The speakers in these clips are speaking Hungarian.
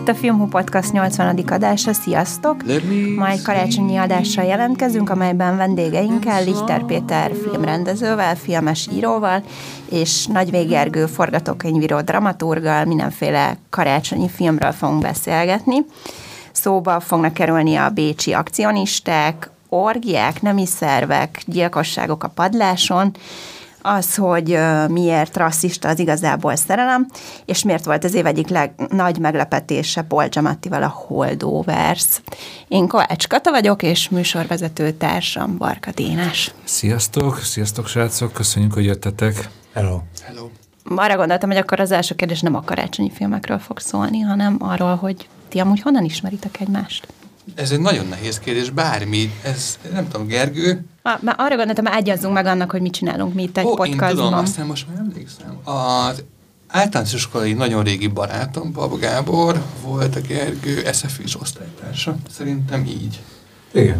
itt a Filmhu Podcast 80. adása, sziasztok! Ma egy karácsonyi adással jelentkezünk, amelyben vendégeinkkel, Lichter Péter filmrendezővel, filmes íróval, és Nagyvég Gergő forgatókönyvíró dramaturggal mindenféle karácsonyi filmről fogunk beszélgetni. Szóba fognak kerülni a bécsi akcionisták, orgiák, nemi szervek, gyilkosságok a padláson, az, hogy miért rasszista az igazából szerelem, és miért volt az év egyik nagy meglepetése Paul Giamattival a Holdovers. Én Kovács Kata vagyok, és műsorvezető társam Barka Dénes. Sziasztok, sziasztok srácok, köszönjük, hogy jöttetek. Hello. Hello. Arra gondoltam, hogy akkor az első kérdés nem a karácsonyi filmekről fog szólni, hanem arról, hogy ti amúgy honnan ismeritek egymást? Ez egy nagyon nehéz kérdés, bármi. Ez, nem tudom, Gergő? Már arra gondoltam, ágyazzunk meg annak, hogy mit csinálunk mi itt egy podcastban. Én tudom, aztán most már emlékszem. Az általános iskolai nagyon régi barátom, Pap Gábor, volt a Gergő SFI-s osztálytársa. Szerintem így. Igen.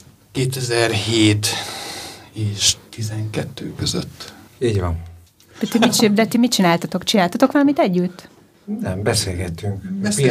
2007 és 12 között. Így van. De ti mit csináltatok? Csináltatok valamit együtt? Nem, beszélgettünk.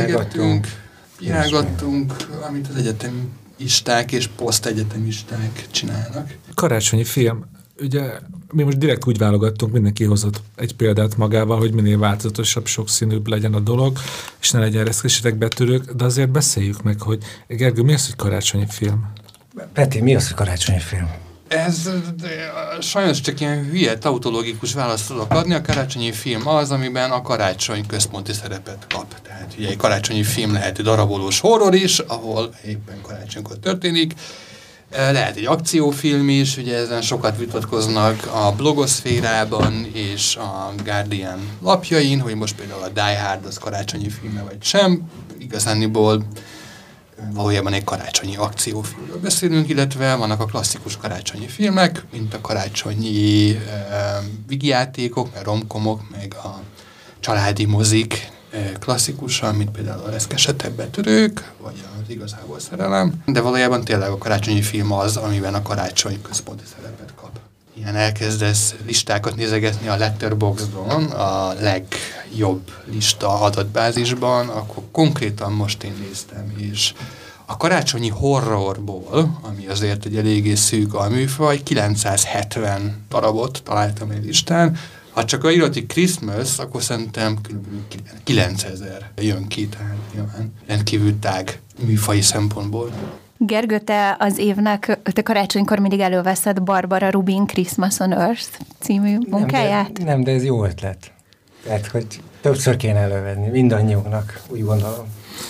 Piálgattunk, amit az egyetemisták és posztegyetemisták csinálnak. Karácsonyi film. Ugye mi most direkt úgy válogattunk, mindenki hozott egy példát magával, hogy minél változatosabb, sokszínűbb legyen a dolog, és ne legyen reszkesetek betörők, de azért beszéljük meg, hogy Gergő, mi az, hogy karácsonyi film? Peti, mi az, hogy karácsonyi film? Ez sajnos csak ilyen hülye tautológikus választ tudok adni. A karácsonyi film az, amiben a karácsony központi szerepet kap. Tehát ugye egy karácsonyi film lehet egy darabolós horror is, ahol éppen karácsonykor történik. Lehet egy akciófilm is, ugye ezen sokat vitatkoznak a blogoszférában és a Guardian lapjain, hogy most például a Die Hard az karácsonyi filme vagy sem. Igazániból valójában egy karácsonyi akciófilmről beszélünk, illetve vannak a klasszikus karácsonyi filmek, mint a karácsonyi vígjátékok, meg romkomok, meg a családi mozik klasszikusan, mint például a Reszkesetek betörők, vagy az Igazából szerelem. De valójában tényleg a karácsonyi film az, amiben a karácsony központi szerepet kap. Ilyen elkezdesz listákat nézegetni a Letterboxdon, a legjobb lista adatbázisban, akkor konkrétan most én néztem, és a karácsonyi horrorból, ami azért egy eléggé szűk alműfaj, 970 darabot találtam egy listán. Ha csak a írati Christmas, akkor szerintem kb. 9000 jön ki, tehát nyilván rendkívül tág műfaji szempontból. Gergő, te az évnek, te karácsonykor mindig előveszed Barbara Rubin Christmas on Earth című munkáját? Nem, de ez jó ötlet. Tehát, hogy többször kéne elővenni, mindannyiunknak, úgy gondolom.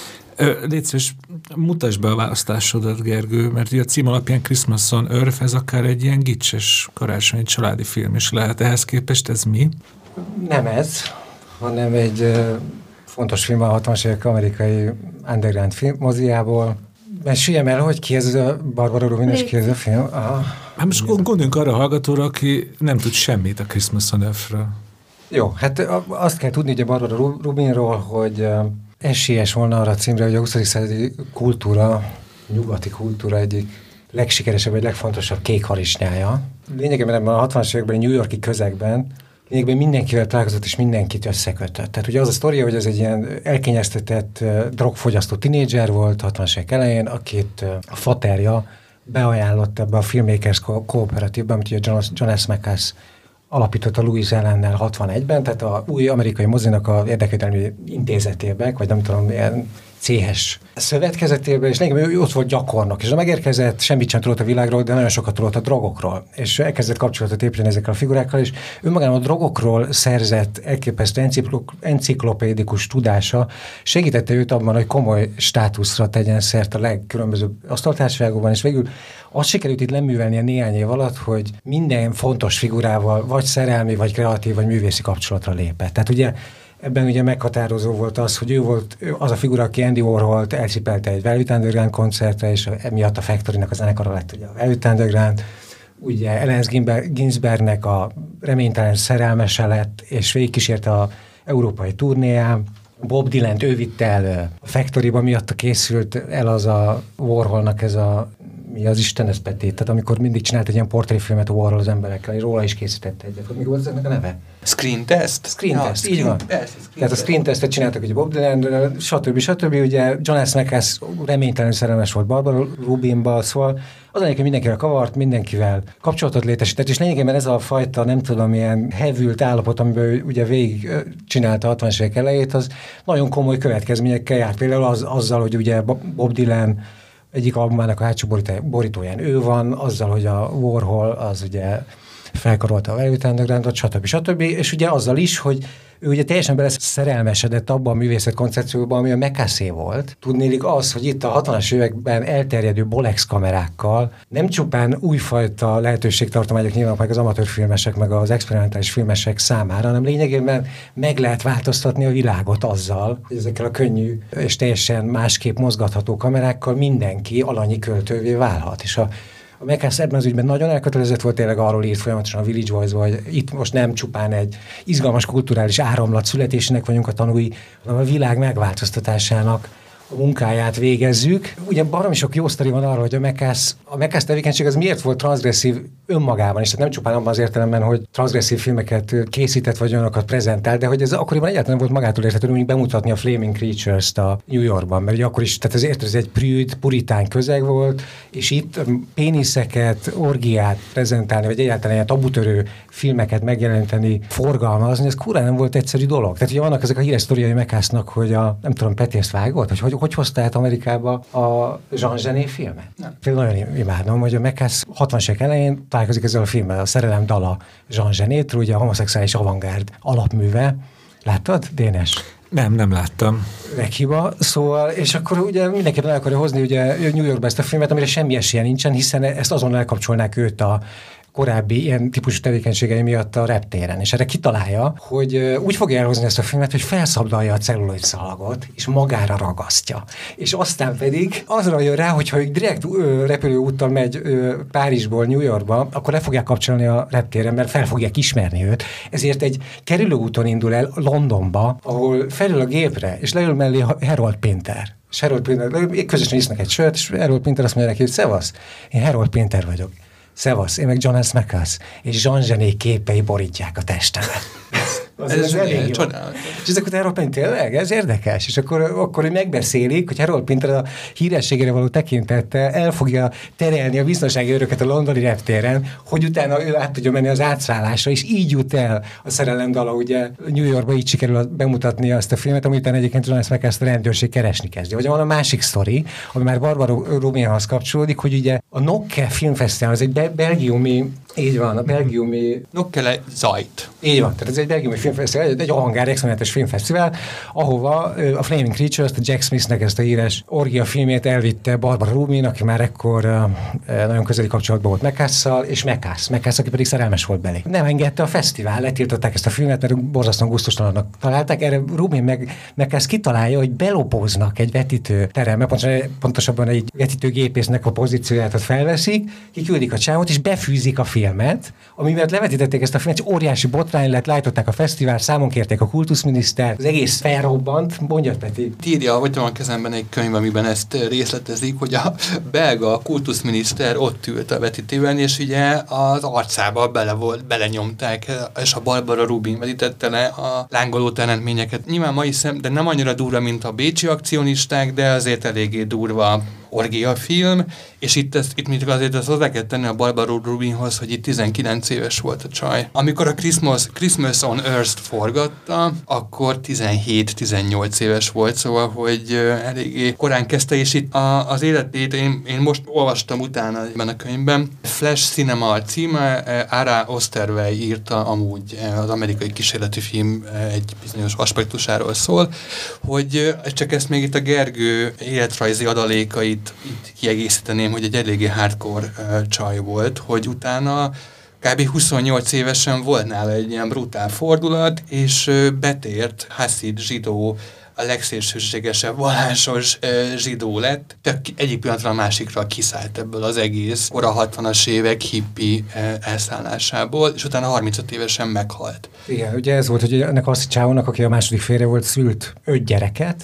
Légy szíves, mutasd be a választásodat, Gergő, mert ugye a cím alapján Christmas on Earth, ez akár egy ilyen gicses karácsonyi családi film is lehet. Ehhez képest ez mi? Nem ez, hanem egy fontos film a 60-as évek amerikai underground film moziából. Meséljem el, hogy ki ez a Barbara Rubin, és ki ez a film? Hát most gondoljunk arra a hallgatóra, aki nem tud semmit a Christmas on Earth-ről. Jó, hát azt kell tudni ugye Barbara Rubinról, hogy esélyes volna arra a címre, hogy a 20. századi kultúra, nyugati kultúra egyik legsikeresebb, vagy legfontosabb kék harisnyája. Lényegében ebben a 60-as években a New York-i közegben lényegében mindenkivel találkozott, és mindenkit összekötött. Tehát ugye az a sztoria, hogy ez egy ilyen elkényeztetett, drogfogyasztó tinédzser volt 60-as évek elején, akit a faterja beajánlott ebbe a Filmmakers Kooperatív-ben, amit ugye John S. McCass alapította Louis Allennel 61-ben, tehát a új amerikai mozinak a érdekvédelmi intézetében, vagy nem tudom, ilyen céhes szövetkezetében, és lényegében ő ott volt gyakornok, és megérkezett, semmit sem tudott a világról, de nagyon sokat tudott a drogokról, és elkezdett kapcsolatot építeni ezekkel a figurákkal, és önmagában a drogokról szerzett elképesztő enciklopédikus tudása segítette őt abban, hogy komoly státuszra tegyen szert a legkülönbözőbb asztaltársaságokban, és végül azt sikerült itt leművelnie néhány év alatt, hogy minden fontos figurával vagy szerelmi, vagy kreatív, vagy művészi kapcsolatra lépett. Tehát ugye ebben ugye meghatározó volt az, hogy ő volt az a figura, aki Andy Warholt elcipelte egy Velvet Underground koncertre, és emiatt a Factory-nak a zenekara lett ugye a Velvet Underground. Ugye Allen Ginsbergnek a reménytelen szerelmese lett, és végigkísérte az európai turnéján. Bob Dylant ő vitte el a Factory-ba, miatt készült el az a Warholnak ez a mi az Isten ez Petit, tehát amikor mindig csinált egy ilyen portréfilmet Warhol az emberekkel, és róla is készített egyet. Hogy mi volt ennek a neve? Screen Test? Screen Test, így van. Tehát a Screen Testet csináltak ugye Bob Dylan, stb. Ugye John S. McCass reménytelenül szerelmes volt Barbara Rubinba, szóval az lényeg, hogy mindenkivel kavart, mindenkivel kapcsolatot létesített, és lényegében ez a fajta, nem tudom, ilyen hevült állapot, amiben ő ugye végig csinálta a 60-as évek elejét, az nagyon komoly következményekkel járt. Például azzal, hogy ugye Bob Dylan egyik albumának a hátsó borítóján ő van, azzal, hogy a Warhol az ugye felkarolta a Velvet Undergroundot, stb. És ugye azzal is, hogy ő ugye teljesen bele szerelmesedett abban a művészet koncepcióban, ami a McCassé volt. Tudnélik az, hogy itt a 60-as években elterjedő Bolex kamerákkal nem csupán újfajta lehetőségtartományok nyilván meg az amatőrfilmesek, meg az experimentális filmesek számára, hanem lényegében meg lehet változtatni a világot azzal, hogy ezekkel a könnyű és teljesen másképp mozgatható kamerákkal mindenki alanyi költővé válhat. És a McCass ebben az ügyben nagyon elkötelezett volt, tényleg arról írt folyamatosan a Village Voice-ba, hogy itt most nem csupán egy izgalmas kulturális áramlat születésének vagyunk a tanúi, hanem a világ megváltoztatásának a munkáját végezzük. Ugye baromi sok jó sztori van arra, hogy a McCass tevékenység az miért volt transzgresszív önmagában, és tehát nem csupán abban az értelemben, hogy transzgresszív filmeket készített, vagy olyanokat prezentált, de hogy ez akkoriban egyáltalán volt magától értetődő, hogy bemutatni a Flaming Creatures-t a New Yorkban, mert ugye akkor is, tehát ezért ez egy prűd, puritán közeg volt, és itt péniszeket, orgiát prezentálni, vagy egyáltalán ilyen tabutörő filmeket megjelenteni, forgalmazni, ez kurán nem volt egyszerű dolog. Tehát ugye vannak ezek a híres sztoriai McCassnak, hogy nem tudom, Peti ezt vágott, hogy hozta át Amerikába a Jean Genet filmet? Nem. Például nagyon imádom, hogy a McCass 60-as évek elején találkozik ezzel a filmmel, a Szerelem dala Jean Genetről, ugye a homoszexuális avantgárd alapműve. Láttad, Dénes? Nem láttam. Meghiba, szóval, és akkor ugye mindenképpen el akarja hozni ugye New Yorkba ezt a filmet, amire semmi esélye nincsen, hiszen ezt azon elkapcsolnák őt a korábbi ilyen típusú tevékenységei miatt a reptéren. És erre kitalálja, hogy úgy fogja elhozni ezt a filmet, hogy felszabdalja a celluloid szalagot, és magára ragasztja. És aztán pedig azra jön rá, hogyha direkt repülőúttal megy Párizsból New Yorkba, akkor le fogják kapcsolni a reptéren, mert fel fogják ismerni őt. Ezért egy kerülőúton indul el Londonba, ahol felül a gépre, és leül mellé Harold Pinter. És Harold Pinter, közösen isznak egy sört, és Harold Pinter azt mondja neki, hogy szevasz, én Harold Pinter vagyok. Szevasz, én meg John S. McCass, és Jean Genet képei borítják a testemet. Ez elég csodálatos. És ezek után Harold Pinter, tényleg, ez érdekes. És akkor megbeszélik, hogy Harold Pinter a hírességére való tekintettel el fogja terelni a biztonsági őröket a londoni reptéren, hogy utána ő át tudja menni az átszállásra, és így jut el a Szerelem dala, ugye New Yorkba így sikerül bemutatni azt a filmet, amit utána egyébként John S. McCass a rendőrség keresni kezdi. Vagy van a másik sztori, ami már Barbara Rubinhoz kapcsolódik, hogy ugye a Nokke filmfesztivál, az egy belgiumi, így van, a belgiumi... Nokke Zajt. Így van, tehát ez egy belgiumi filmfesztivál, egy avantgárd experimentes filmfesztivál, ahova a Flaming Creatures, a Jack Smithnek ezt a híres orgia filmét elvitte Barbara Rubin, aki már ekkor nagyon közeli kapcsolatban volt McCass-szal, és McCass, aki pedig szerelmes volt belé. Nem engedte a fesztivál, letiltották ezt a filmet, mert borzasztóan gusztustalannak találták. Erre Rubin meg McCass kitalálja, hogy belopóznak egy vetítőterembe, pontosabban egy vetítőgépésznek a pozícióját felveszik, kiküldik a csávot, és befűzik a filmet, amivel levetítették ezt a filmet, és óriási botrány lett, lájtották a fesztivál, számon kérték a kultuszminiszter, az egész felrobbant. Mondjad, Peti. Írja, hogy van a kezemben egy könyv, amiben ezt részletezik, hogy a belga kultuszminiszter ott ült a vetítőben, és ugye az arcába belenyomták, és a Barbara Rubin vetítette le a lángoló teremtményeket. Nyilván mai de nem annyira durva, mint a bécsi akcionisták, de azért eléggé durva orgiafilm, és itt mit azért azt hozzá kell tenni a Barbara Rubinhoz, hogy itt 19 éves volt a csaj. Amikor a Christmas on Earth-t forgatta, akkor 17-18 éves volt, szóval, hogy eléggé korán kezdte, és itt az életét én most olvastam utána ebben a könyvben. Flash Cinema a címe, Ara Osterwey írta amúgy az amerikai kísérleti film egy bizonyos aspektusáról szól, hogy csak ezt még itt a Gergő életrajzi adalékait itt kiegészíteném, hogy egy eléggé hardcore csaj volt, hogy utána kb. 28 évesen volt nála egy ilyen brutál fordulat, és betért haszid zsidó, a legszélsőségesebb vallásos zsidó lett. Tehát egyik pillanatra a másikra kiszállt ebből az egész kora 60-as évek hippi elszállásából, és utána 35 évesen meghalt. Igen, ugye ez volt, hogy ennek a csávónak, aki a második férje volt, szült 5 gyereket,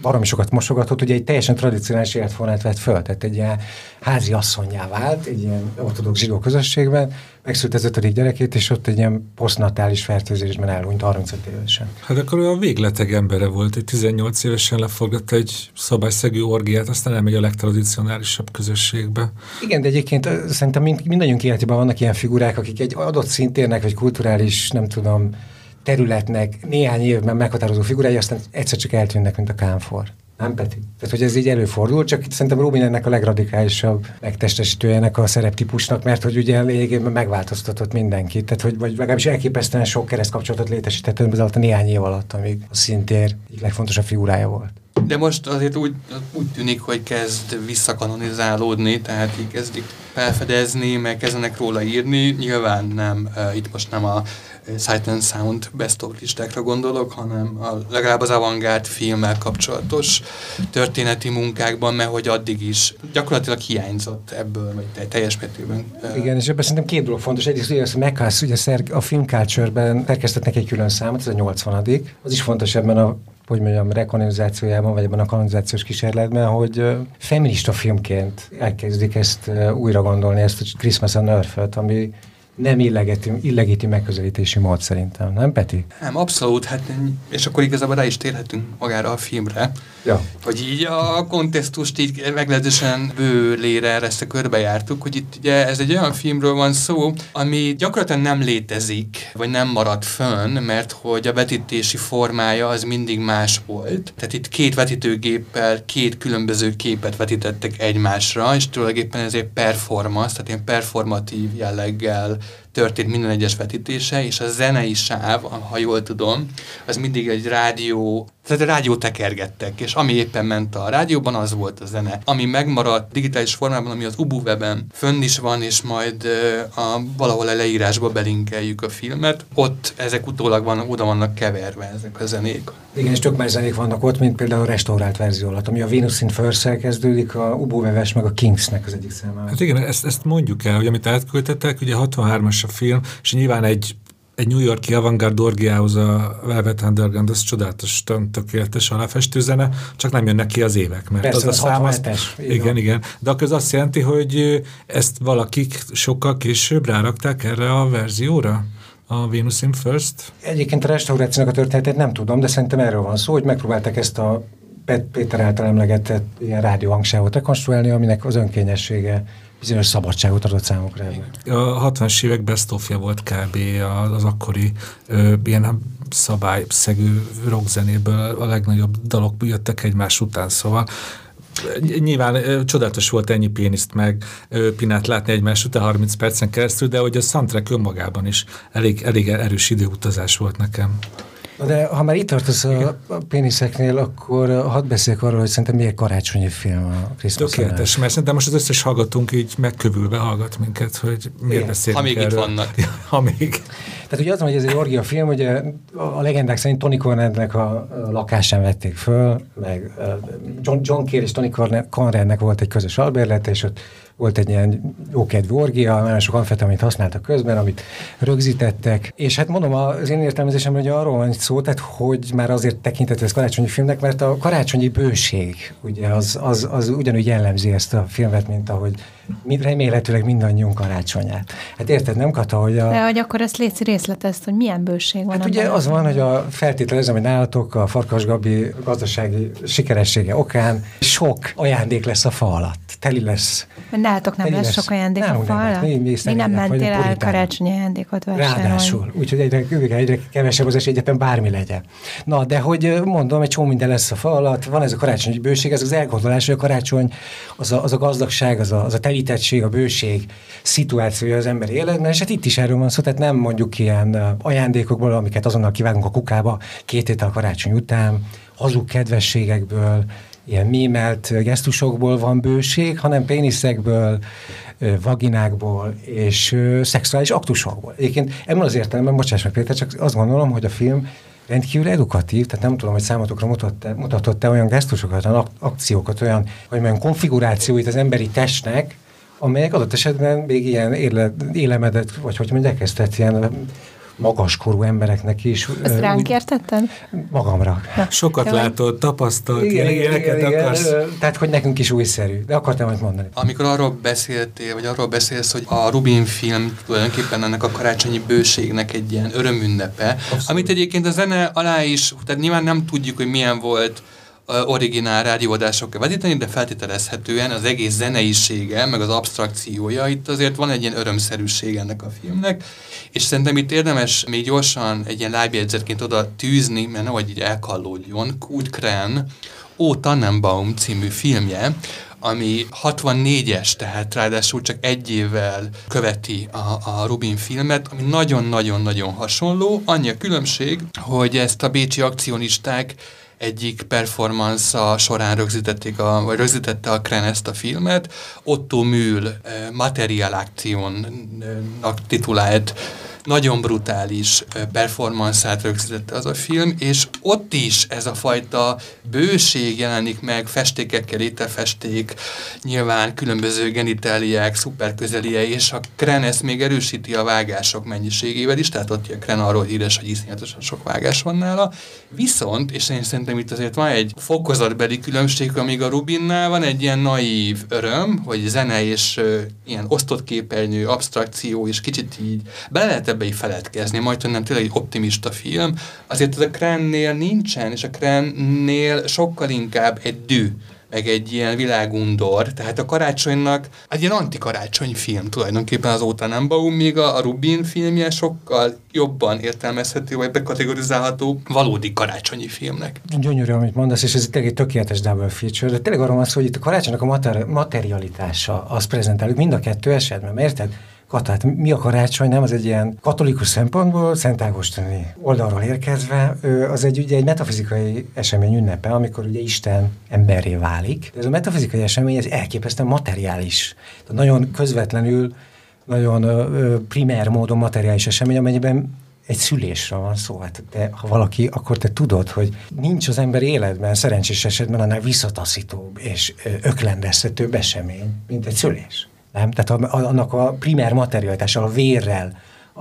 baromi sokat mosogatott, ugye egy teljesen tradicionális életformát vett föl, tehát egy ilyen házi asszonnyá vált, egy ilyen ortodox zsidó közösségben, megszült az 5. gyerekét, és ott egy ilyen posztnatális fertőzésben elhunyt 35 évesen. Hát akkor olyan végleteg embere volt, egy 18 évesen leforgatta egy szabályszegű orgiát, aztán elmegy a legtradicionálisabb közösségbe. Igen, de egyébként szerintem mindannyiunk életében vannak ilyen figurák, akik egy adott szintérnek, vagy kulturális, nem tudom, területnek néhány évben meghatározó figurái, aztán egyszer csak eltűnnek, mint a kámfor. Nem, Peti? Tehát, hogy ez így előfordul, csak szerintem Rubin ennek a legradikálisabb megtestesítője ennek a szereptípusnak, mert hogy ugye lényegében megváltoztatott mindenkit, tehát hogy vagy legalábbis elképesztően sok keresztkapcsolatot létesített ez alatt a néhány év alatt, amíg a szintér egyik legfontosabb figurája volt. De most azért úgy tűnik, hogy kezd visszakanonizálódni, tehát így kezdik felfedezni, meg kezdenek róla írni. Nyilván nem, itt most nem a Sight and Sound best of listákra gondolok, hanem legalább az avantgárd filmmel kapcsolatos történeti munkákban, mert hogy addig is gyakorlatilag hiányzott ebből, vagy teljes mértékben. Igen, és ebben szerintem két dolog fontos. Egyrészt ugye a McCuss, ugye a Film Culture-ben szerkesztetnek egy külön számot, ez a 80. Az is fontos ebben a rekanonizációjában, vagy ebben a kanonizációs kísérletben, hogy feminista filmként elkezdik ezt újra gondolni, ezt a Christmas on Earth-öt, ami nem illegitim megközelítési mód szerintem, nem Peti? Nem, abszolút, hát és akkor igazából rá is térhetünk magára a filmre, hogy így a kontextust így meglehetősen bőlére ezt körbejártuk, hogy itt ugye ez egy olyan filmről van szó, ami gyakorlatilag nem létezik, vagy nem maradt fönn, mert hogy a vetítési formája az mindig más volt. Tehát itt két vetítőgéppel két különböző képet vetítettek egymásra, és tulajdonképpen ezért performance, tehát ilyen performatív jelleggel történt minden egyes vetítése, és a zenei sáv, ha jól tudom, az mindig egy rádió, tehát a rádió tekergettek, és ami éppen ment a rádióban, az volt a zene. Ami megmaradt digitális formában, ami az UbuWeb-en fönn is van, és majd valahol a leírásba belinkeljük a filmet, ott ezek utólag oda vannak keverve ezek a zenék. Igen, és tök más zenék vannak ott, mint például a restaurált verzió alatt, ami a Venus in First-szel kezdődik, a UbuWeb-es meg a Kingsnek az egyik számában. Hát igen, ezt mondjuk el, hogy amit átküldtettek, ugye 63-as a film, és nyilván egy New York-i avantgárd orgiához a Velvet Underground, az csodálatosan tökéletes aláfestőzene, csak nem jönnek ki az évek, mert persze, az a szám... Igen. De akkor ez azt jelenti, hogy ezt valakik sokkal később rárakták erre a verzióra? A Venus in First? Egyébként a restaurációnak a történetét nem tudom, de szerintem erről van szó, hogy megpróbálták ezt a Péter által emlegetett ilyen rádióhangsávot rekonstruálni, aminek az önkényessége bizonyos szabadságot adott számukra. A 60-as évek best of-ja volt kb. Az akkori ilyen szabályszegű rockzenéből a legnagyobb dalok jöttek egymás után, szóval nyilván csodálatos volt ennyi péniszt meg Pinát látni egymás után 30 percen keresztül, de hogy a soundtrack önmagában is elég erős időutazás volt nekem. De ha már itt tartasz a péniszeknél, akkor hadd beszéljek arról, hogy szerintem milyen karácsonyi film a Christmas. Tökéletes, mert szerintem most az összes hallgatónk így megkövülve hallgat minket, hogy miért beszélünk erről. Ha még itt vannak. Ha még. Tehát ugye az, hogy ez egy orgia film, ugye a legendák szerint Tony Conradnek a lakásán vették föl, meg John Cale és Tony Conradnek volt egy közös albérlete, és ott volt egy ilyen jókedvű orgia, nagyon sok amfetamint használtak közben, amit rögzítettek. És hát mondom, az én értelmezésemben, hogy arról van szó, tehát hogy már azért tekintető ez karácsonyi filmnek, mert a karácsonyi bőség, ugye az ugyanúgy jellemzi ezt a filmet, mint ahogy remélhetőleg mindannyiunk karácsonyát. Hát érted, nem Kata, hogy De hogy akkor ezt létszi részletezd, hogy milyen bőség van. Hát ugye az van, hogy a feltételezem, hogy nálatok a Farkas Gabi gazdasági sikeressége okán sok ajándék lesz a fa alatt. Teli lesz. Nálatok nem lesz sok ajándék a fa alatt? Mi nem mentél el karácsonyi ajándékot vásárolni. Ráadásul. Úgyhogy egyre kevesebb az esély, egyetem bármi legyen. Na, de hogy mondom, egy csomó minden lesz a fa alatt, van ez a karácsonyi bőség, ez az elgondolás, hogy a karácsony az a gazdagság, az a telítettség, a bőség szituációja az emberi életben, és hát itt is erről van szó, tehát nem mondjuk ilyen ajándékokból, amiket azonnal kivágunk a kukába 2 héttel a karácsony után, hazug kedvességekből, ilyen mémelt gesztusokból van bőség, hanem péniszekből, vaginákból és szexuális aktusokból. Egyébként ebben az értelemben, bocsáss meg Péter, csak azt gondolom, hogy a film rendkívül edukatív, tehát nem tudom, hogy számotokra mutatott-e olyan gesztusokat, olyan akciókat, olyan konfigurációit az emberi testnek, amelyek adott esetben még ilyen élemedet, vagy hogy mondják ezt, tehát ilyen magaskorú embereknek is. Ezt ránk értetted? Magamra. Sokat látod, tapasztalt, ilyeneket akarsz. Tehát, hogy nekünk is újszerű. De akartam majd mondani. Amikor arról beszéltél, vagy arról beszélsz, hogy a Rubin film tulajdonképpen ennek a karácsonyi bőségnek egy ilyen örömünnepe, abszolút. Amit egyébként a zene alá is, tehát nyilván nem tudjuk, hogy milyen volt originál rádióadásokkal vetíteni, de feltételezhetően az egész zeneisége, meg az abstrakciója, itt azért van egy ilyen örömszerűség ennek a filmnek, és szerintem itt érdemes még gyorsan egy ilyen lábjegyzetként oda tűzni, mert nehogy így elkallódjon, Kurt Kren, O Tannenbaum című filmje, ami 64-es, tehát ráadásul csak egy évvel követi a Rubin filmet, ami nagyon-nagyon-nagyon hasonló. Annyi a különbség, hogy ezt a bécsi akcionisták egyik performance során rögzítette a Kren ezt a filmet. Otto Mühl Materialaktionnak titulált nagyon brutális performance-át rögzítette az a film, és ott is ez a fajta bőség jelenik meg, festékekkel, ételfesték, nyilván különböző genitáliák, szuperközelie, és a Kren ezt még erősíti a vágások mennyiségével is, tehát ott a Kren arról híres, hogy iszonyatosan sok vágás van nála. Viszont, és én szerintem itt azért van egy fokozatbeli különbség, amíg a Rubinnál van egy ilyen naív öröm, hogy zene és ilyen osztott képernyő, abstrakció, és kicsit így bele lehet ebbe így feledkezni, majd nem tényleg egy optimista film. Azért ez a Krennél nincsen, és a Krennél sokkal inkább egy dű, meg egy ilyen világundor, tehát a karácsonynak egy ilyen antikarácsony film tulajdonképpen az O Tannenbaum, míg a Rubin filmje sokkal jobban értelmezhető, vagy bekategorizálható valódi karácsonyi filmnek. Gyönyörű, amit mondasz, és ez tényleg egy tökéletes double feature, de tényleg arról van szó, hogy itt a karácsonynak a materialitása, azt prezentáljuk mind a kettő esetben, érted? Tehát mi a karácsony, nem? Az egy ilyen katolikus szempontból, Szent Ágostoni oldalról érkezve, az ugye egy metafizikai esemény ünnepe, amikor ugye Isten emberré válik. De ez a metafizikai esemény, ez elképesztően materiális. Tehát nagyon közvetlenül, nagyon primer módon materiális esemény, amennyiben egy szülésről van szó. Hát ha valaki, akkor te tudod, hogy nincs az emberi életben, szerencsés esetben annál visszataszítóbb és öklendeztetőbb esemény, mint egy szülés. Nem? Tehát annak a primer materialitással, a vérrel,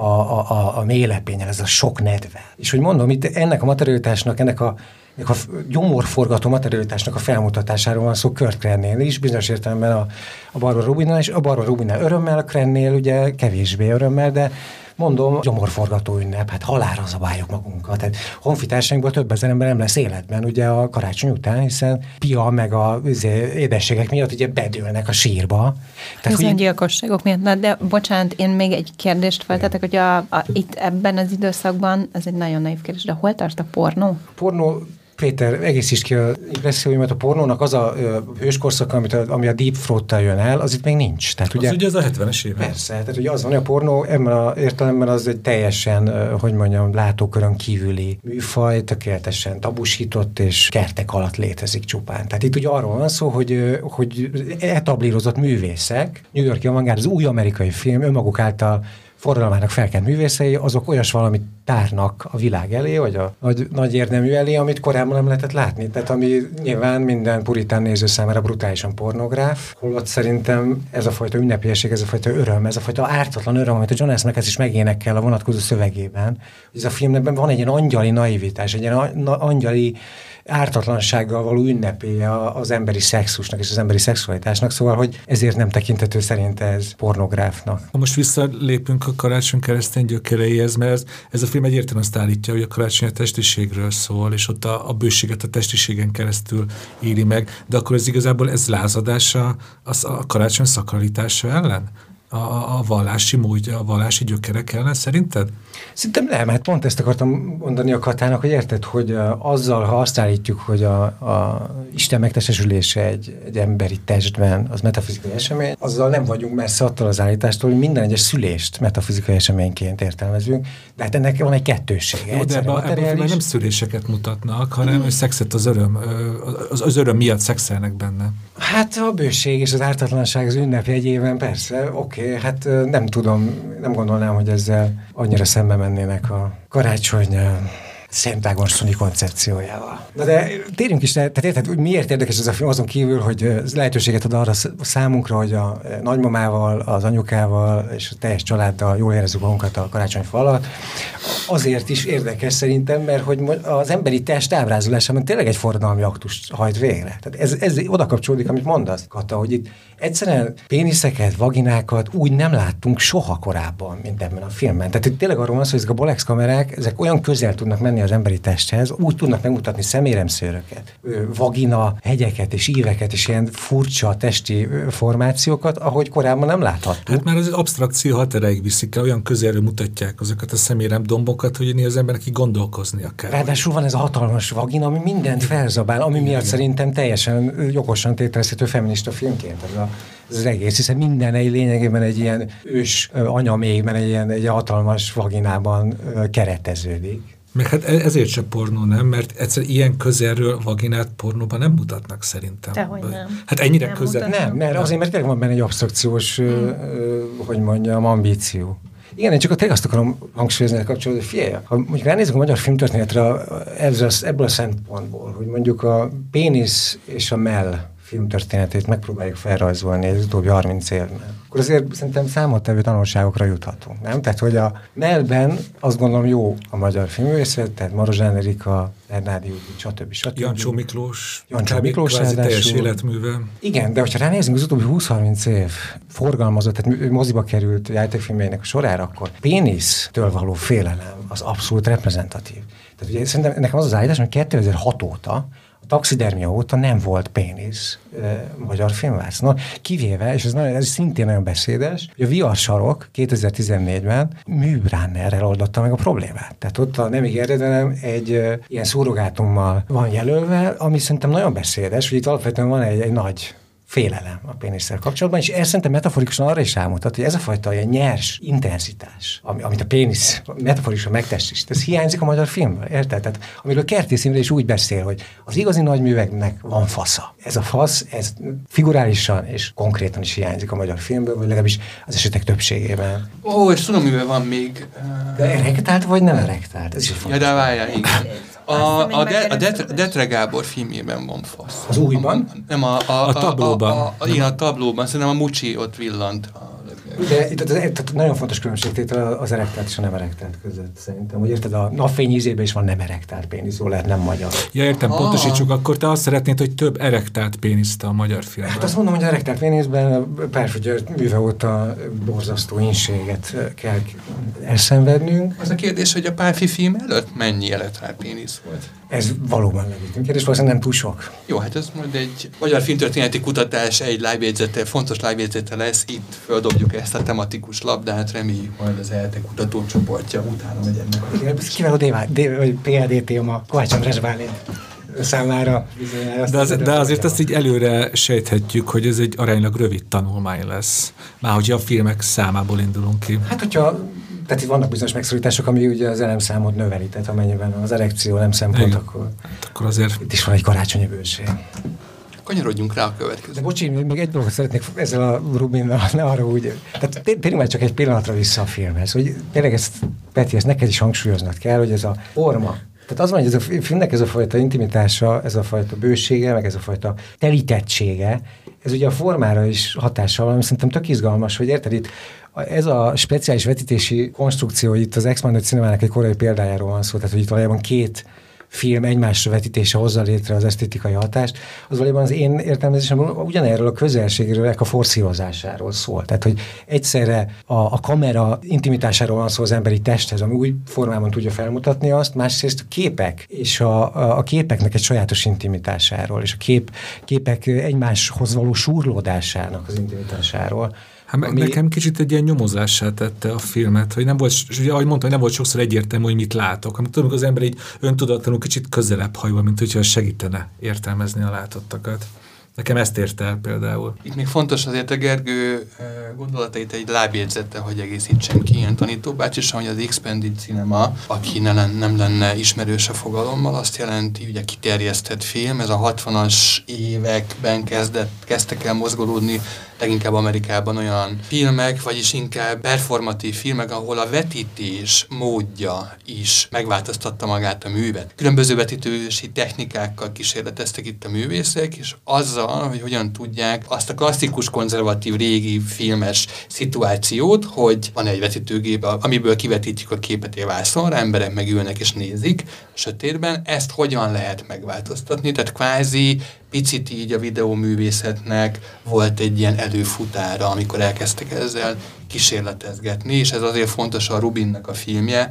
a mélepénnyel, ez a sok nedvel. És hogy mondom, itt ennek a materialitásnak, ennek a gyomorforgató materialitásnak a felmutatásáról van szó Kurt Krennél is, bizonyos értelemben a Barbara Rubinnál, és a Barbara Rubinnál örömmel, a Krennél ugye kevésbé örömmel, de mondom, gyomorforgató ünnep, hát halálra zabáljuk magunkat. Tehát honfitársainkból több ezer ember nem lesz életben ugye a karácsony után, hiszen Pia meg az édességek miatt ugye bedőlnek a sírba. Tehát, hogy gyilkosságok miatt. De bocsánat, én még egy kérdést feltettek, hogy itt ebben az időszakban, ez egy nagyon naív kérdés, de hol tart a pornó? Pornó, Péter, egészíts ki az impresszióimat, a pornónak az a hőskorszaka, ami a Deep Throat-tal jön el, az itt még nincs. Tehát, az ugye az a 70-es évek. Persze, tehát ugye az van, hogy a pornó ebben az értelemben az egy teljesen, hogy mondjam, látókörön kívüli műfaj, tökéletesen tabusított és kertek alatt létezik csupán. Tehát itt ugye arról van szó, hogy etablírozott művészek, New York-i avantgárd, az új amerikai film, önmaguk által forradalmának felkent művészei, azok olyas valamit tárnak a világ elé, vagy a nagy érdemű elé, amit korábban nem lehetett látni. Tehát ami nyilván minden puritán néző számára brutálisan pornográf, holott szerintem ez a fajta ünnepélyesség, ez a fajta öröm, ez a fajta ártatlan öröm, amit a John S. McEs is megénekel a vonatkozó szövegében. Ez a filmben van egy ilyen angyali naivitás, egy ilyen angyali ártatlansággal való ünnepéje az emberi szexusnak és az emberi szexualitásnak, szóval, hogy ezért nem tekintető szerint ez pornográfnak. Ha most visszalépünk a karácsony keresztény gyökereihez, mert ez a film egyértelműen azt állítja, hogy a karácsony a testiségről szól, és ott a bőséget a testiségen keresztül éri meg, de akkor ez igazából ez lázadása a karácsony szakralitása ellen? A vallási módja, a vallási gyökerek ellen szerinted? Szerintem nem, hát pont ezt akartam mondani a Katának, hogy érted, hogy azzal, ha azt állítjuk, hogy a Isten megtestesülése egy emberi testben, az metafizikai esemény, azzal nem vagyunk messze attól az állítástól, hogy minden egyes szülést metafizikai eseményként értelmezünk, de hát ennek van egy kettősége. Jó, de ebben nem szüléseket mutatnak, hanem szexet az öröm miatt szexelnek benne. Hát a bőség és az ártatlanság az ünnep jegyében persze, oké, hát nem tudom, nem gondolnám, hogy ezzel annyira szembe mennének a karácsony Szent Ágonsoni koncepciójával. Na de térjünk is, tehát érted, hogy miért érdekes ez a film azon kívül, hogy lehetőséget ad arra számunkra, hogy a nagymamával, az anyukával és a teljes családdal jól érezzük magunkat a karácsonyfa alatt. Azért is érdekes szerintem, mert hogy az emberi test ábrázolásában tényleg egy forradalmi aktust hajt végre. Tehát ez oda kapcsolódik, amit mondasz, Kata, hogy itt egyszerűen péniszeket, vaginákat úgy nem láttunk soha korábban, mint ebben a filmben. Tehát itt tényleg arról van szó, hogy ezek a Bolex kamerák, ezek olyan közel tudnak menni az emberi testhez, úgy tudnak megmutatni szeméremszőröket, vagina hegyeket és íveket és ilyen furcsa testi formációkat, ahogy korábban nem láthattuk. Hát már az absztrakció határáig viszik el, olyan közelről mutatják azokat a szemérem dombokat, hogy az embernek így gondolkoznia kell. Ráadásul van ez a hatalmas vagina, ami mindent felzabál, ami miatt szerintem teljesen jogosan tételezhető feminista filmként ez az egész, hiszen minden egy lényegében egy ilyen ős anyamékben, egy hatalmas vaginában kereteződik. Meg hát ezért sem pornó, nem? Mert egyszer ilyen közelről vaginát pornóban nem mutatnak szerintem. Dehogy nem. Hát ennyire nem közel. Nem, mert azért, mert tényleg van benne egy absztrakciós, hogy mondjam, ambíció. Igen, én csak tényleg azt akarom hangsúlyozni a kapcsolatban, hogy figyelj, ha mondjuk ránézünk a magyar filmtörténetre ebből a szempontból, hogy mondjuk a pénisz és a mell filmtörténetét megpróbáljuk felrajzolni az utóbbi 30 évben, akkor azért szerintem számottevő tanulságokra juthatunk, nem? Tehát, hogy a mellben azt gondolom jó a magyar filmművészet, tehát Marozsán Erika, Ernádì Judit, stb. Jancsó Miklós. Jancsó Miklós teljes életműve. Igen, de hogyha ránézünk az utóbbi 20-30 év forgalmazott, tehát moziba került játékfilmjeinek a sorára, akkor pénisztől való félelem az abszolút reprezentatív. Tehát ugye szerintem nekem az az állítás, hogy 2006 óta taxidermia óta nem volt pénisz magyar filmvásznon, kivéve, és ez szintén nagyon beszédes, hogy a VR Sarok 2014-ben műbránerrel oldotta meg a problémát. Tehát ott a nemi eredelem egy ilyen szurrogátummal van jelölve, ami szerintem nagyon beszédes, hogy itt alapvetően van egy nagy félelem a pénisszel kapcsolatban, és ez szerintem metaforikusan arra is rámutat, hogy ez a fajta ilyen nyers intenzitás, amit a pénisz metaforikusan megtestesít, ez hiányzik a magyar filmből, érted? Tehát amiről Kertész Imre is úgy beszél, hogy az igazi nagyműveknek van fasza. Ez a fasz, ez figurálisan és konkrétan is hiányzik a magyar filmből, vagy legalábbis az esetek többségében. És tudom, mivel van még... De erektált vagy nem erektált? Ez is fontos. Ja, de várjál, igen. A Detre Gábor filmjében van fasz. Az újban? Nem, a tablóban. Igen, a tablóban. Szerintem a Mucsi ott villant. De itt nagyon fontos különbségtétel az erektált és a nem erektált között szerintem. Hogy érted, a napfény ízében is van nem erektált pénisz, jól lehet, nem magyar. Ja, értem, pontosítsuk, akkor te azt szeretnéd, hogy több erektált péniszt a magyar filmben. Hát azt mondom, hogy erektált péniszben Pálffy műve óta borzasztó inséget kell elszenvednünk. Az a kérdés, hogy a Pálffy film előtt mennyi erektált pénisz volt? Ez valóban legitim kérdés, valószínűleg nem túl sok. Jó, hát ez majd egy magyar filmtörténeti kutatás, egy lábjegyzete, fontos lábjegyzete lesz. Itt földobjuk ezt a tematikus labdát, reméljük majd az ELTE kutatócsoportja utána megy ennek. Kiváló PhD téma Kovács András Bálint számára. De azért azt így előre sejthetjük, hogy ez egy aránylag rövid tanulmány lesz. Már hogyha a filmek számából indulunk ki. Hát, tehát itt vannak bizonyos megszorítások, ami ugye az elemszámot növeli, tehát amennyiben az erekció nem szempont, akkor azért itt is van egy karácsonyi bőség. Kanyarodjunk rá a következő. De bocsi, még egy dolgot szeretnék ezzel a Rubinnal, ne arra úgy. Tehát tényleg már csak egy pillanatra vissza a filmhez, hogy tényleg ezt, Peti, ezt neked is hangsúlyoznod kell, hogy ez a forma. Tehát az van, hogy ez a filmnek ez a fajta intimitása, ez a fajta bősége, meg ez a fajta telítettsége, ez ugye a formára is hatással van, ami szerintem tök izgalmas, hogy érted itt, ez a speciális vetítési konstrukció, itt az Ex-Mandőt Cinemának egy korai példájáról van szó, tehát hogy itt valójában két film egymásra vetítése hozza létre az esztétikai hatást, az valójában az én értelmezésem ugyanerről a közelségről, a forszírozásáról szól. Tehát, hogy egyszerre a kamera intimitásáról van szó az emberi testhez, ami új formában tudja felmutatni azt, másrészt a képek, és a képeknek egy sajátos intimitásáról, és a képek egymáshoz való súrlódásának az intimitásáról. Hát nekem kicsit egy ilyen nyomozássá tette a filmet, hogy nem volt, ugye, ahogy mondtam, nem volt sokszor egyértelmű, hogy mit látok. Amikor tudom, az ember így öntudatlanul kicsit közelebb hajol, mint hogyha segítene értelmezni a látottakat. Nekem ezt ért el például. Itt még fontos azért a Gergő gondolatait egy lábjegyzete, hogy egészítsen ki ilyen tanítóbácsi, hogy az Expanded Cinema, aki nem lenne ismerős a fogalommal, azt jelenti, ugye kiterjesztett film, ez a 60-as években kezdtek el mozgolódni leginkább Amerikában olyan filmek, vagyis inkább performatív filmek, ahol a vetítés módja is megváltoztatta magát a művet. Különböző vetítési technikákkal kísérleteztek itt a művészek, és azzal, hogy hogyan tudják azt a klasszikus, konzervatív, régi filmes szituációt, hogy van egy vetítőgép, amiből kivetítjük a képet a vászonra, emberek megülnek és nézik a sötétben, ezt hogyan lehet megváltoztatni, tehát kvázi picit így a videóművészetnek volt egy ilyen előfutára, amikor elkezdtek ezzel kísérletezgetni, és ez azért fontos a Rubinnak a filmje,